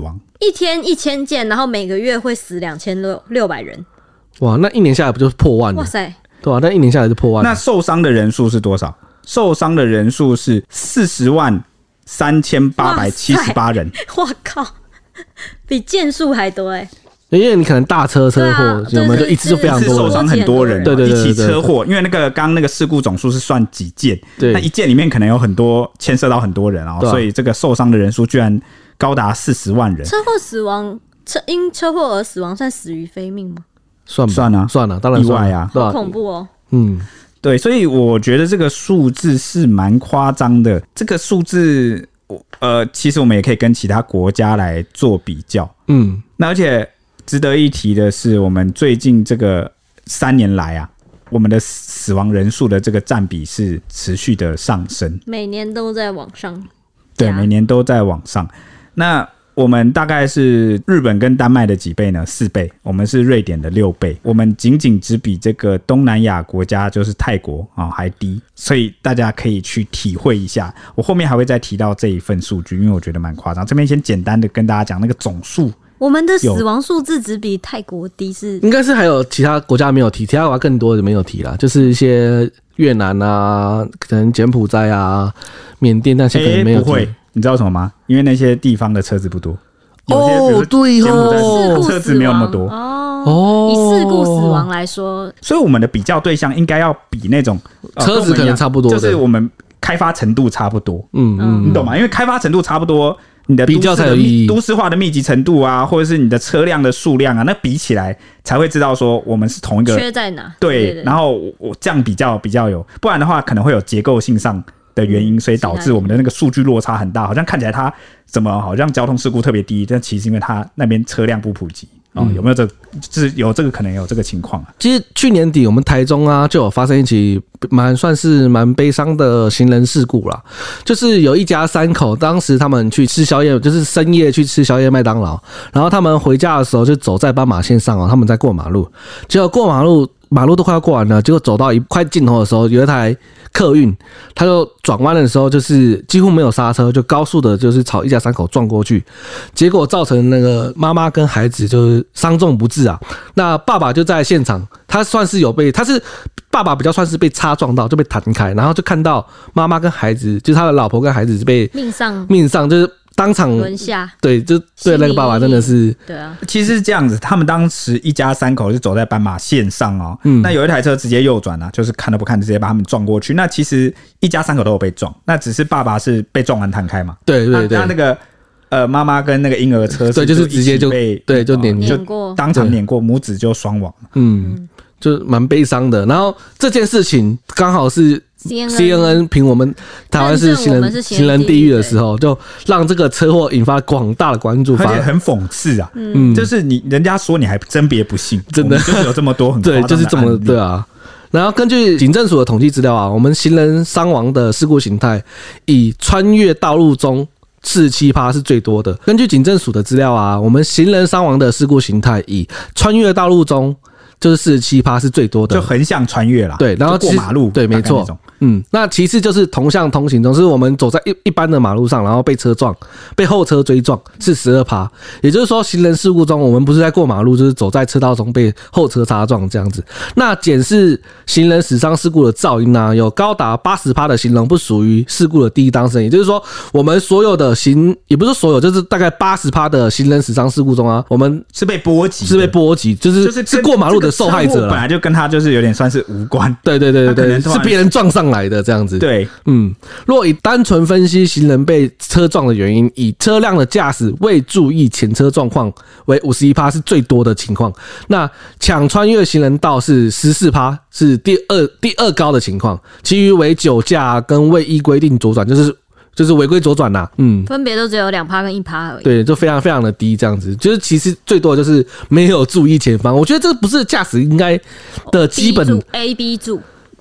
一天一千件，然后每个月会死两千六六百人。 哇，那一年下来不就是破万了？ 哇塞， 对啊，那一年下来就破万了。 那受伤的人数是多少？受伤的人数是四十万三千八百七十八人。 哇靠，比件数还多哎、 欸！因为你可能大车车祸， 啊、 我们就一次就非常多受伤很多人， 对对对， 一起车祸，因为那个刚刚那个事故总数是算几件， 对， 那一件里面可能有很多牵涉到很多人哦，所以这个受伤的人数居然高达四十万人。 车祸死亡，车因车祸而死亡算死于非命吗？ 算算啊， 算了，当然意外啊， 好恐怖哦。 嗯， 对，所以我觉得这个数字是蛮夸张的。这个数字，呃，其实我们也可以跟其他国家来做比较。嗯，那而且值得一提的是，我们最近这个三年来啊，我们的死亡人数的这个占比是持续的上升， 每年都在往上。 对，每年都在往上。那我们大概是日本跟丹麦的几倍呢？四倍。我们是瑞典的六倍。我们仅仅只比这个东南亚国家，就是泰国啊、哦、还低。所以大家可以去体会一下。我后面还会再提到这一份数据，因为我觉得蛮夸张。这边先简单的跟大家讲那个总数。 我们的死亡数字只比泰国低是， 应该是还有其他国家没有提，其他国家更多的没有提啦，就是一些越南啊，可能柬埔寨啊、缅甸那些可能没有提。 欸、不会。你知道什么吗？因为那些地方的车子不多。 哦，对哦，车子没有那么多哦。以事故死亡来说， 所以我们的比较对象应该要比那种、 呃、车子可能差不多， 就是我们开发程度差不多。 嗯嗯， 你懂吗？因为开发程度差不多，你的比较才有意义， 都市化的密集程度啊，或者是你的车辆的数量啊，那比起来才会知道说我们是同一个缺在哪。 对， 对对对， 然后我这样比较比较有，不然的话可能会有结构性上的原因，所以导致我们的那个数据落差很大，好像看起来它怎么好像交通事故特别低，但其实因为它那边车辆不普及。哦，有没有这个？就是有这个可能有这个情况啊。 其实去年底我们台中啊就有发生一起蛮算是蛮悲伤的行人事故啦，就是有一家三口，当时他们去吃宵夜，就是深夜去吃宵夜麦当劳，然后他们回家的时候就走在斑马线上哦，他们在过马路，结果过马路。马路都快要过完了，结果走到一块尽头的时候，有一台客运，他就转弯的时候就是几乎没有刹车，就高速的，就是朝一家三口撞过去，结果造成那个妈妈跟孩子就是伤重不治啊。那爸爸就在现场，他算是有被，他是爸爸比较算是被擦撞到，就被弹开，然后就看到妈妈跟孩子，就是他的老婆跟孩子是被命丧命丧，就是。当场轮下， 对，就对那个爸爸真的是， 对啊， 其实是这样子，他们当时一家三口是走在斑马线上哦，嗯，那有一台车直接右转啊，就是看都不看，直接把他们撞过去。那其实一家三口都有被撞，那只是爸爸是被撞完弹开嘛， 对对对， 那那个呃妈妈跟那个婴儿车对，就是直接就被对就碾碾过， 当场碾过，母子就双亡了， 嗯，就蛮悲伤的。然后这件事情刚好是。C N N 评我们台湾是行人行人地狱的时候，就让这个车祸引发广大的关注， 而且很讽刺啊！嗯，就是你人家说你还真别不信，真的就是有这么多很夸张的案例， 对，就是这么对啊。然后根据警政署的统计资料啊，我们行人伤亡的事故形态以穿越道路中四十七趴是最多的。根据警政署的资料啊，我们行人伤亡的事故形态以穿越道路中就是四十七趴是最多的， 就横向穿越啦。 对，然后过马路， 对，没错。嗯，那其次就是同向通行中，是我们走在一一般的马路上，然后被车撞，被后车追撞，是十二趴。也就是说，行人事故中，我们不是在过马路，就是走在车道中被后车擦撞这样子。那检视行人死伤事故的噪音呢、啊，有高达八十趴的行人不属于事故的第一当事人，也就是说，我们所有的行，也不是所有，就是大概八十趴的行人死伤事故中啊，我们是被波及， 是被波及，就是就是是过马路的受害者啦， 本来就跟他就是有点算是无关。 对对对对对，是别人撞上来的这样子。 对， 嗯，若以单纯分析行人被车撞的原因，以车辆的驾驶未注意前车状况为 百分之五十一 是最多的情况。那抢穿越行人道是 百分之十四， 是第二第二高的情况，其余为酒驾跟未依规定左转，就是就是违规左转呐，嗯， 分别都只有两趴跟一趴而已。 对，就非常非常的低，这样子，就是其实最多的就是没有注意前方。我觉得这不是驾驶应该的基本 A B 柱。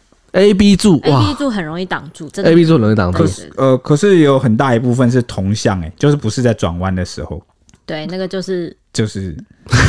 A B 柱哇 ，A B 柱很容易挡住，真的 A B 柱很容易挡住。 可是呃，可是有很大一部分是同向，哎，就是不是在转弯的时候。 对，那个就是就是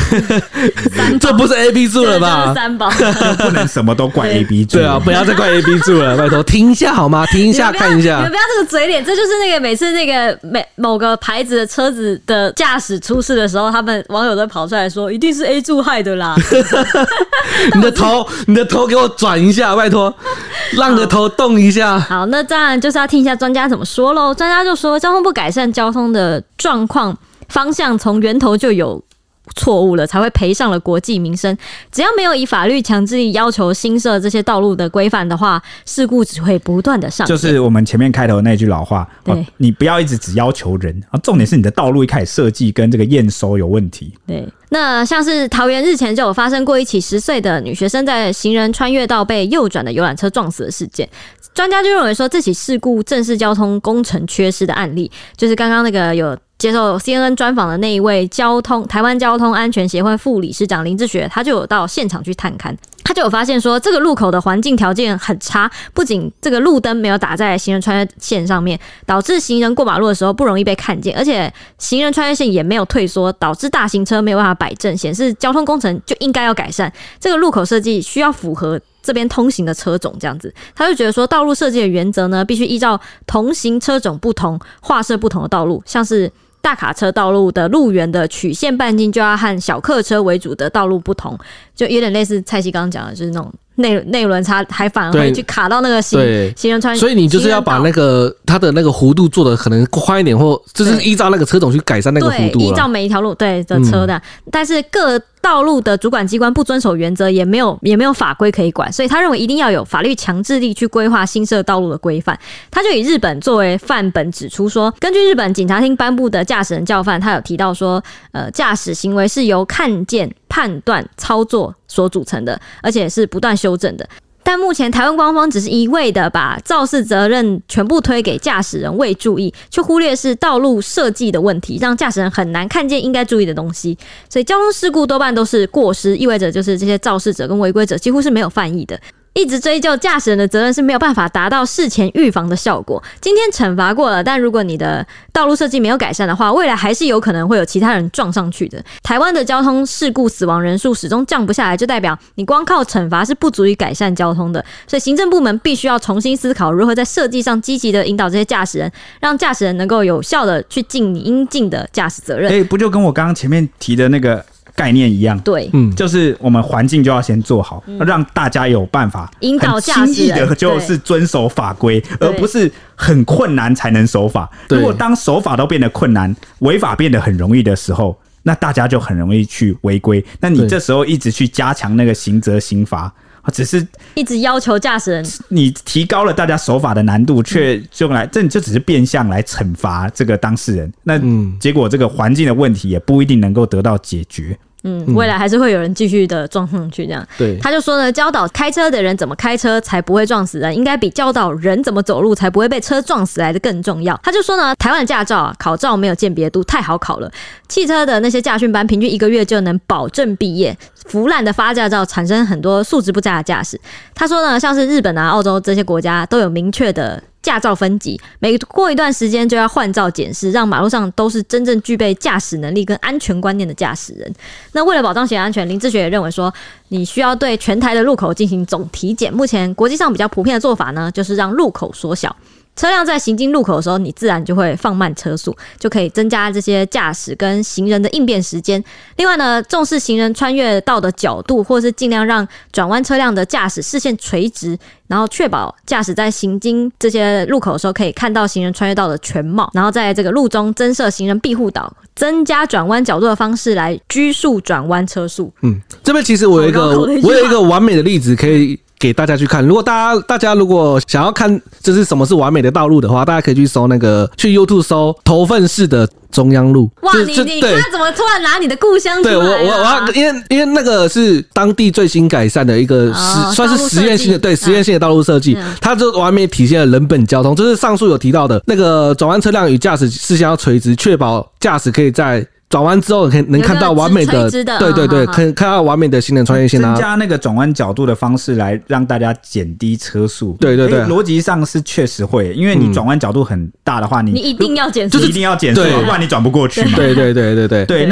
这不是 A B 柱了吧？ 三宝不能什么都怪 A B 柱。 对啊，不要再怪 A B 柱了，拜托停一下好吗？停一下看一下。 你们不要这个嘴脸，这就是那个每次那个每某个牌子的车子的驾驶出事的时候，他们网友都跑出来说，一定是 A 柱害的啦。 你的头，你的头给我转一下，拜托，让你的头动一下。 好，那当然就是要听一下专家怎么说喽。专家就说，交通部改善交通的状况方向从源头就有错误了，才会赔上了国计民生。只要没有以法律强制力要求新设这些道路的规范的话，事故只会不断的上演。 就是我们前面开头那句老话，哦、你不要一直只要求人，重点是你的道路一开始设计跟这个验收有问题。 对。那像是桃园日前就有发生过一起十岁的女学生在行人穿越道被右转的游览车撞死的事件，专家就认为说这起事故正是交通工程缺失的案例，就是刚刚那个有接受 C N N 专访的那一位交通台湾交通安全协会副理事长林志学，他就有到现场去探勘。他就有发现说，这个路口的环境条件很差，不仅这个路灯没有打在行人穿越线上面，导致行人过马路的时候不容易被看见，而且行人穿越线也没有退缩，导致大型车没有办法摆正，显示交通工程就应该要改善。这个路口设计需要符合这边通行的车种，这样子，他就觉得说，道路设计的原则呢，必须依照同行车种不同，划设不同的道路，像是大卡车道路的路缘的曲线半径就要和小客车为主的道路不同，就有点类似蔡西刚刚讲的，就是那种内内轮差还反而会去卡到那个行行人穿， 所以你就是要把那个它的那个弧度做的可能宽一点，或就是依照那个车种去改善那个弧度， 依照每一条路对的车的、嗯，但是各道路的主管机关不遵守原则，也没有也没有法规可以管，所以他认为一定要有法律强制力去规划新设道路的规范。他就以日本作为范本，指出说，根据日本警察厅颁布的驾驶人教范，他有提到说，呃，驾驶行为是由看见、判断、操作所组成的，而且是不断修正的。但目前台湾官方只是一味的把肇事责任全部推给驾驶人未注意，却忽略是道路设计的问题，让驾驶人很难看见应该注意的东西。所以交通事故多半都是过失，意味着就是这些肇事者跟违规者几乎是没有犯意的。一直追究驾驶人的责任是没有办法达到事前预防的效果。今天惩罚过了，但如果你的道路设计没有改善的话，未来还是有可能会有其他人撞上去的。台湾的交通事故死亡人数始终降不下来，就代表你光靠惩罚是不足以改善交通的。所以行政部门必须要重新思考如何在设计上积极的引导这些驾驶人，让驾驶人能够有效的去尽你应尽的驾驶责任。 哎、欸，不就跟我刚刚前面提的那个概念一样， 对， 嗯，就是我们环境就要先做好，嗯、让大家有办法引导驾驶人， 很轻易的就是遵守法规，而不是很困难才能守法。如果当守法都变得困难，违法变得很容易的时候，那大家就很容易去违规。那你这时候一直去加强那个刑责刑罚，只是一直要求驾驶人， 你提高了大家守法的难度，却就来这就只是变相来惩罚这个当事人。那结果这个环境的问题也不一定能够得到解决。 嗯，未来还是会有人继续的撞上去，这样。 对， 他就说呢，教导开车的人怎么开车才不会撞死人，应该比教导人怎么走路才不会被车撞死来的更重要。他就说呢，台湾的驾照啊，考照没有鉴别度，太好考了。汽车的那些驾训班，平均一个月就能保证毕业。腐烂的发驾照产生很多素质不佳的驾驶。他说呢，像是日本啊、澳洲这些国家都有明确的驾照分级，每过一段时间就要换照检视，让马路上都是真正具备驾驶能力跟安全观念的驾驶人。那为了保障行人安全，林志学也认为说，你需要对全台的路口进行总体检。目前国际上比较普遍的做法呢，就是让路口缩小。车辆在行经路口的时候，你自然就会放慢车速，就可以增加这些驾驶跟行人的应变时间。另外呢，重视行人穿越道的角度，或是尽量让转弯车辆的驾驶视线垂直，然后确保驾驶在行经这些路口的时候可以看到行人穿越道的全貌。然后在这个路中增设行人庇护岛，增加转弯角度的方式来拘束转弯车速。 嗯，这边其实我有一个我有一个完美的例子可以给大家去看。如果大家大家如果想要看这是什么是完美的道路的话，大家可以去搜那个去 YouTube 搜头份市的中央路。 哇，你你刚才怎么突然拿你的故乡出来、啊？ 对，我我我要，因为因为那个是当地最新改善的一个实、哦、算是实验性的，对实验性的道路设计、嗯，它就完美体现了人本交通，就是上述有提到的那个转弯车辆与驾驶视线要垂直，确保驾驶可以在转弯之后可以能看到完美的， 的对对对，可以看到完美的行人穿越线啊， 增加那个转弯角度的方式来让大家减低车速。 对对对， 逻辑上是确实会，因为你转弯角度很大的话，你你一定要减速， 就是一定要减速，不然你转不过去嘛。 对对对对对对，那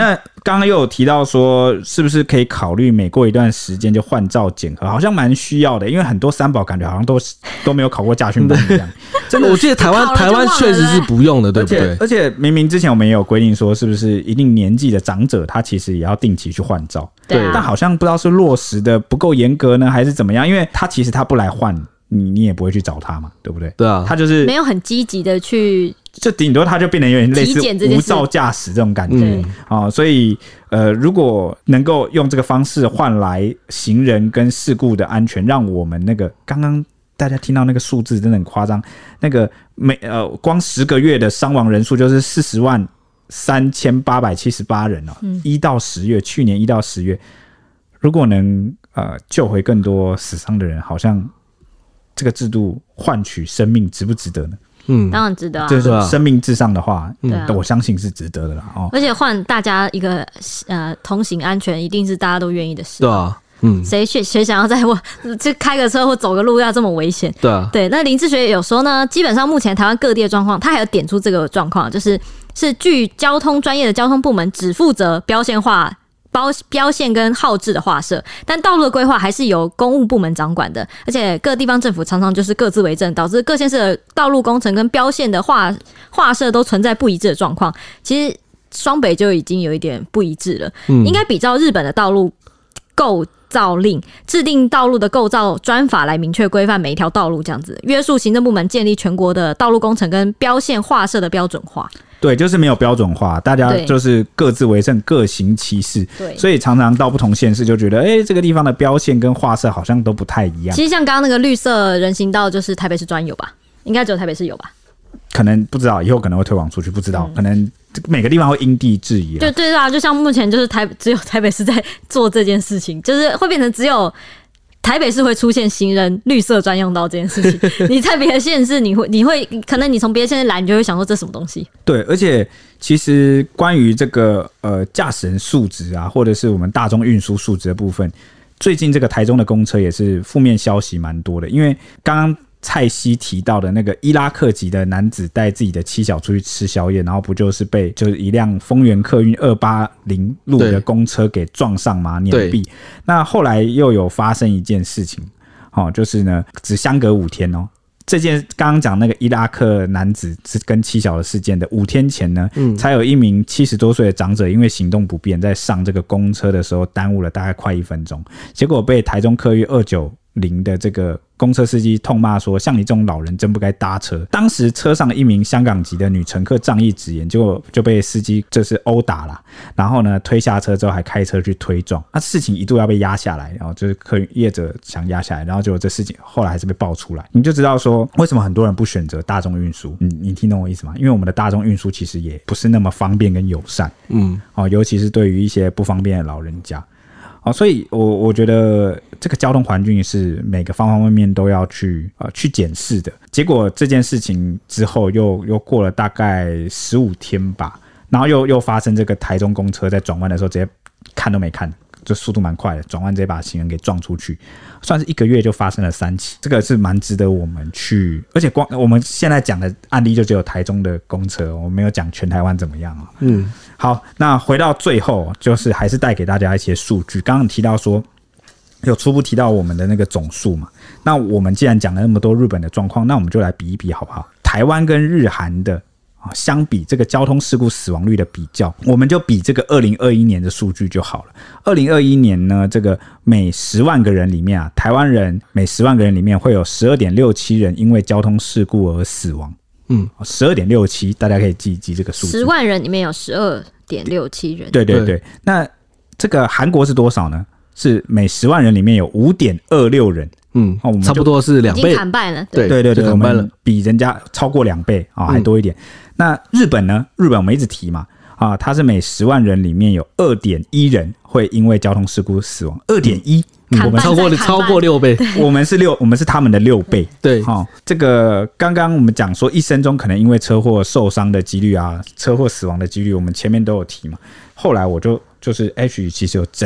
刚刚又有提到说，是不是可以考虑每过一段时间就换照检核？好像蛮需要的，因为很多三宝感觉好像都都没有考过驾训班一样。 真的，我记得台湾台湾确实是不用的，对不对？ 而且明明之前我们也有规定说，是不是一定年纪的长者他其实也要定期去换照？ 对、啊， 但好像不知道是落实的不够严格呢，还是怎么样？因为他其实他不来换，你你也不会去找他嘛，对不对？ 对啊， 他就是没有很积极的去。 就顶多他就变得有点类似无照驾驶这种感觉、 嗯哦、所以呃，如果能够用这个方式换来行人跟事故的安全，让我们那个刚刚大家听到那个数字真的很夸张，那个每呃光十个月的伤亡人数就是四十万三千八百七十八人哦，一、嗯、到十月，去年一到十月，如果能呃救回更多死伤的人，好像这个制度换取生命值不值得呢？ 嗯，当然值得啊， 就是生命至上的话，嗯啊、 我相信是值得的啦。哦， 而且换大家一个呃通行安全，一定是大家都愿意的事。 对啊，嗯， 谁谁想要在我就开个车或走个路要这么危险？ 对啊， 对。那林志学也有说呢，基本上目前台湾各地的状况，他还有点出这个状况，就是是据交通专业的交通部门只负责标线化。标线跟号志的画设，但道路的规划还是由公务部门掌管的，而且各地方政府常常就是各自为政，导致各县市的道路工程跟标线的画画设都存在不一致的状况。其实双北就已经有一点不一致了，嗯、应该比照日本的道路构造令，制定道路的构造专法来明确规范每一条道路，这样子约束行政部门建立全国的道路工程跟标线画设的标准化。 对，就是没有标准化，大家就是各自为政，各行其事。 对， 所以常常到不同县市就觉得，哎、欸，这个地方的标线跟画设好像都不太一样。 其实像刚刚那个绿色人行道，就是台北市专有吧？应该只有台北市有吧？ 可能不知道，以后可能会推广出去，不知道，嗯、可能每个地方会因地制宜。 对对啊，就像目前就是台只有台北市在做这件事情，就是会变成只有。台北市会出现行人绿色专用道这件事情，你在别的县市，你会你会可能你从别的县市来，你就会想说这什么东西？ 对，而且其实关于这个呃驾驶人素质啊，或者是我们大众运输素质的部分，最近这个台中的公车也是负面消息蛮多的，因为刚刚蔡西提到的那个伊拉克籍的男子带自己的妻小出去吃宵夜，然后不就是被就是一辆丰原客运二八零路的公车给撞上吗？碾毙。那后来又有发生一件事情，哦，就是呢，只相隔五天哦。这件刚刚讲那个伊拉克男子跟妻小的事件的五天前呢，嗯、才有一名七十多岁的长者因为行动不便，在上这个公车的时候耽误了大概快一分钟，结果被台中客运二九零的这个公车司机痛骂说，像你这种老人真不该搭车。当时车上一名香港籍的女乘客仗义直言，结果就被司机就是殴打了，然后呢推下车之后还开车去推撞，那事情一度要被压下来，然后就是客运业者想压下来，然后结果这事情后来还是被爆出来，你就知道说为什么很多人不选择大众运输。你你听懂我意思吗？因为我们的大众运输其实也不是那么方便跟友善，嗯，哦，尤其是对于一些不方便的老人家。哦，所以我我觉得这个交通环境是每个方方面面都要去呃去检视的。结果这件事情之后又又过了大概十五天吧，然后又又发生这个台中公车在转弯的时候直接看都没看，就速度蛮快的，转弯直接把行人给撞出去，算是一个月就发生了三起，这个是蛮值得我们去，而且光我们现在讲的案例就只有台中的公车，我们没有讲全台湾怎么样啊。嗯，好，那回到最后，就是还是带给大家一些数据。刚刚提到说，有初步提到我们的那个总数嘛，那我们既然讲了那么多日本的状况，那我们就来比一比好不好？台湾跟日韩的相比这个交通事故死亡率的比较，我们就比这个二零二一年的数据就好了。二零二一年呢，这个每十万个人里面啊，台湾人每十万个人里面会有 十二点六七 人因为交通事故而死亡。嗯 ,十二点六七 大家可以记一记这个数字。 十万人里面有 十二点六七 人。 对对对。那这个韩国是多少呢？是每十万人里面有 五点二六 人。 嗯，差不多是两倍， 已经砍半了。 对对对对，我们比人家超过两倍啊、哦，还多一点。嗯、那日本呢？日本我们一直提嘛，啊，它是每十万人里面有 二点一 人会因为交通事故死亡。二点一， 我们超过超过六倍， 我们是六，我们是他们的六倍。 对， 哦，这个刚刚我们讲说一生中可能因为车祸受伤的几率啊，车祸死亡的几率，我们前面都有提嘛。后来我就就是 H 其实有整理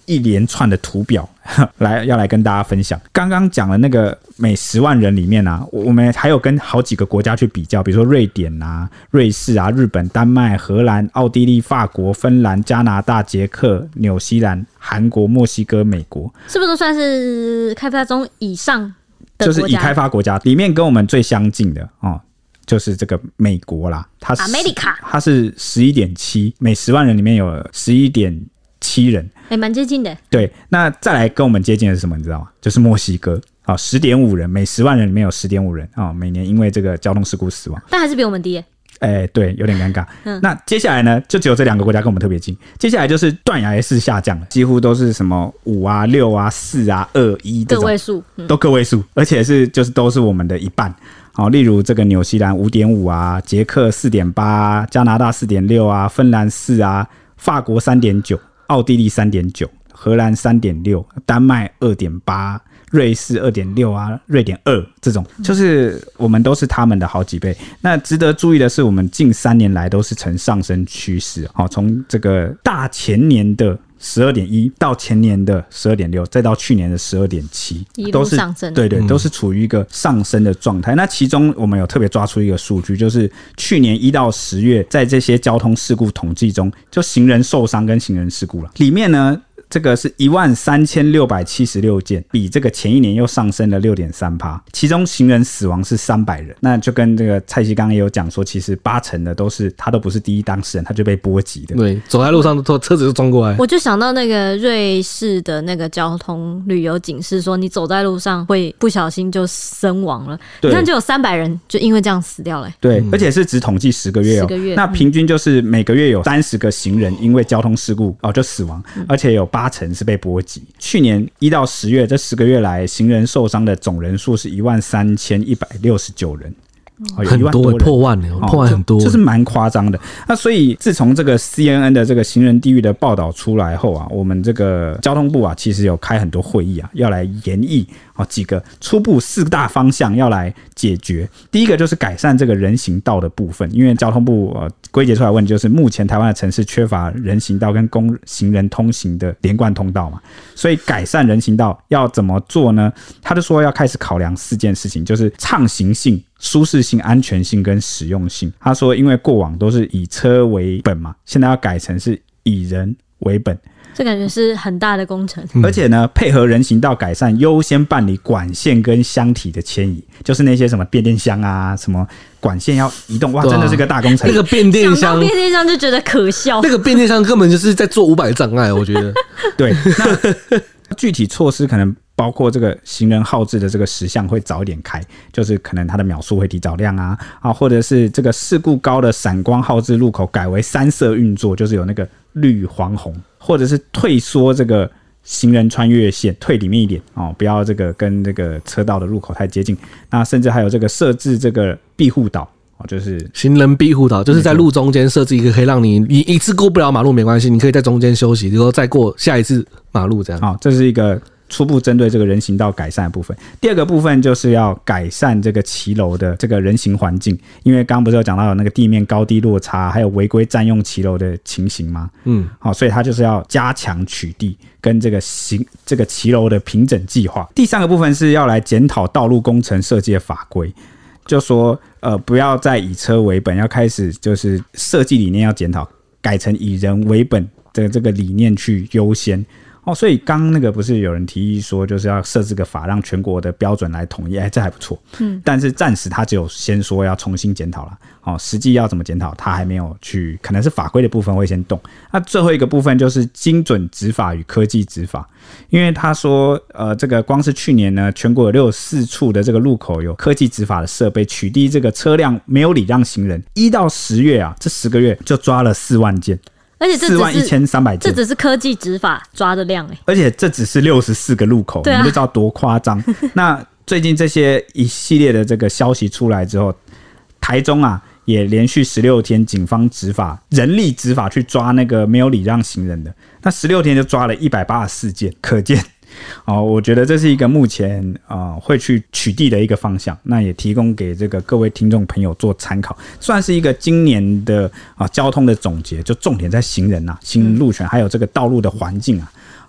一连串的图表来要来跟大家分享。刚刚讲了那个每十万人里面啊，我们还有跟好几个国家去比较，比如说瑞典啊、瑞士啊、日本、丹麦、荷兰、奥地利、法国、芬兰、加拿大、捷克、纽西兰、韩国、墨西哥、美国， 是不是都算是开发中以上的国家？ 就是已开发国家里面跟我们最相近的哦，就是这个美国啦，它是 America 它是 十一点七， 每十万人里面有 十一点七 人， 哎，蛮接近的。对， 那再来跟我们接近的是什么？你知道吗？就是墨西哥。哦、十点五 人，每十万人里面有 十点五 人、哦、每年因为这个交通事故死亡， 但还是比我们低耶。 哎，对，有点尴尬、嗯。那接下来呢，就只有这两个国家跟我们特别近。接下来就是断崖式下降了，几乎都是什么五啊、六啊、四啊、二、一这种个位数、嗯， 都个位数，而且是就是都是我们的一半。好、哦，例如这个纽西兰 五点五 啊，捷克 四点八 啊，加拿大 四点六 啊，芬兰四啊，法国 三点九， 奥地利 三点九， 荷兰 三点六， 丹麦 二点八。瑞士 二点六 啊，瑞典二，这种就是我们都是他们的好几倍。那值得注意的是，我们近三年来都是呈上升趋势，好，从这个大前年的十二点一 到前年的十二点六，再到去年的十二点七， 一路上升， 对对，都是处于一个上升的状态。那其中我们有特别抓出一个数据，就是去年一到十月，在这些交通事故统计中，就行人受伤跟行人事故了，里面呢。这个是一万三千六百七十六件，比这个前一年又上升了 百分之六点三， 其中行人死亡是三百人。那就跟这个蔡西刚刚也有讲说，其实八成的都是他都不是第一当事人，他就被波及的。 对，走在路上车子就撞过来。 我就想到那个瑞士的那个交通旅游警示说，你走在路上会不小心就身亡了。你看就有三百人就因为这样死掉了。 对、嗯，而且是只统计十个月哦、喔，那平均就是每个月有三十个行人因为交通事故哦就死亡，嗯、而且有八成是被波及。去年一到十月这十个月来，行人受伤的总人数是一万三千一百六十九人。 哦、很多破万呢、哦，破万很多， 这是蛮夸张的。那所以自从这个 C N N 的这个行人地狱的报道出来后啊，我们这个交通部啊，其实有开很多会议啊，要来研议啊几个初步四大方向要来解决。第一个就是改善这个人行道的部分，因为交通部呃归结出来的问题就是目前台湾的城市缺乏人行道跟供行人通行的连贯通道嘛，所以改善人行道要怎么做呢？他就说要开始考量四件事情，就是畅行性、舒适性、安全性跟实用性。他说因为过往都是以车为本嘛，现在要改成是以人为本， 这感觉是很大的工程。 而且呢，配合人行道改善，优先办理管线跟箱体的迁移，就是那些什么变电箱啊，什么管线要移动，哇，真的是个大工程。 那个变电箱， 想到变电箱就觉得可笑。 那个变电箱根本就是在做五百障碍，我觉得。 对，那具体措施可能包括这个行人号志的这个时项会早一点开，就是可能它的秒数会提早亮啊，啊，或者是这个事故高的闪光号志路口改为三色运作，就是有那个绿、黄、红，或者是退缩这个行人穿越线，退里面一点哦，不要这个跟这个车道的入口太接近。那甚至还有这个设置这个庇护岛。就是行人庇护岛，就是在路中间设置一个可以让你你一次过不了马路没关系，你可以在中间休息，然后再过下一次马路这样。 好，这是一个初步针对这个人行道改善的部分。第二个部分就是要改善这个骑楼的这个人行环境，因为刚刚不是有讲到有那个地面高低落差，还有违规占用骑楼的情形吗？嗯，好，所以它就是要加强取缔跟这个行这个骑楼的平整计划。第三个部分是要来检讨道路工程设计的法规。就说呃，不要再以车为本，要开始就是设计理念要检讨，改成以人为本的这个理念去优先。哦，所以刚刚那个不是有人提议说，就是要设置个法，让全国的标准来统一，哎，这还不错。嗯，但是暂时他只有先说要重新检讨了。哦，实际要怎么检讨，他还没有去，可能是法规的部分会先动。那最后一个部分就是精准执法与科技执法，因为他说，呃，这个光是去年呢，全国有六十四处的这个路口有科技执法的设备，取缔这个车辆没有礼让行人。一到十月啊，这十个月就抓了四万件。 而且这四万一千三百件， 这只是科技执法抓的量、欸、 而且这只是六十四个路口，你们就知道多夸张。那最近这些一系列的这个消息出来之后，台中啊也连续十六天警方执法，人力执法去抓那个没有礼让行人的，那十六天就抓了一百八十四件，可见。哦，我觉得这是一个目前啊、呃、会去取缔的一个方向，那也提供给这个各位听众朋友做参考，算是一个今年的啊交通的总结，就重点在行人啊、行人路权，还有这个道路的环境啊。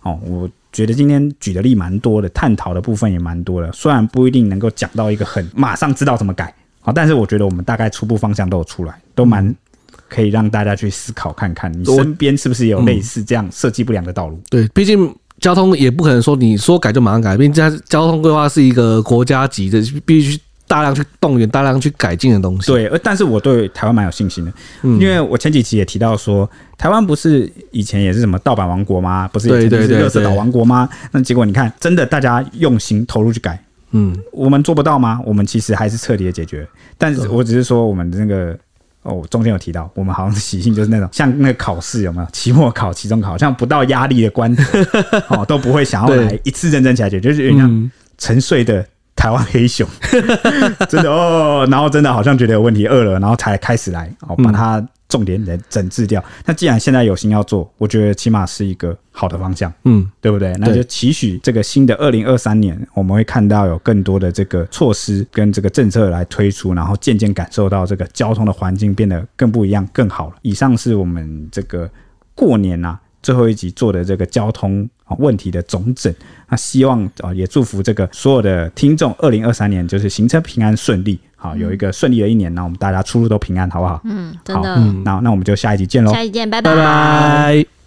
哦，我觉得今天举的例蛮多的，探讨的部分也蛮多的，虽然不一定能够讲到一个很马上知道怎么改，好，但是我觉得我们大概初步方向都有出来，都蛮可以让大家去思考看看，你身边是不是也有类似这样设计不良的道路？ 嗯、对，毕竟交通也不可能说你说改就马上改，毕竟交通规划是一个国家级的，必须大量去动员、大量去改进的东西。 对，但是我对台湾蛮有信心的，嗯、因为我前几期也提到说，台湾不是以前也是什么盗版王国吗？不是以前是垃圾岛王国吗？那结果你看，真的大家用心投入去改，嗯，我们做不到吗？我们其实还是彻底的解决，但是我只是说我们那个。哦，中间有提到，我们好像习性就是那种像那个考试有没有？期末考、期中考，像不到压力的关头，哦，都不会想要来一次认真起来解决，就是有点像沉睡的台湾黑熊，真的哦，然后真的好像觉得有问题，饿了，然后才开始来哦，把它重点来整治掉。那既然现在有心要做，我觉得起码是一个好的方向，嗯，对不对？那就期许这个新的二零二三年，我们会看到有更多的这个措施跟这个政策来推出，然后渐渐感受到这个交通的环境变得更不一样、更好了。以上是我们这个过年啊最后一集做的这个交通问题的总整。那希望也祝福这个所有的听众，二零二三年就是行车平安顺利。好，有一个顺利的一年，那我们大家出入都平安，好不好？ 嗯，真的。 好，那那我们就下一集见喽。 下一集见，拜拜。 拜拜。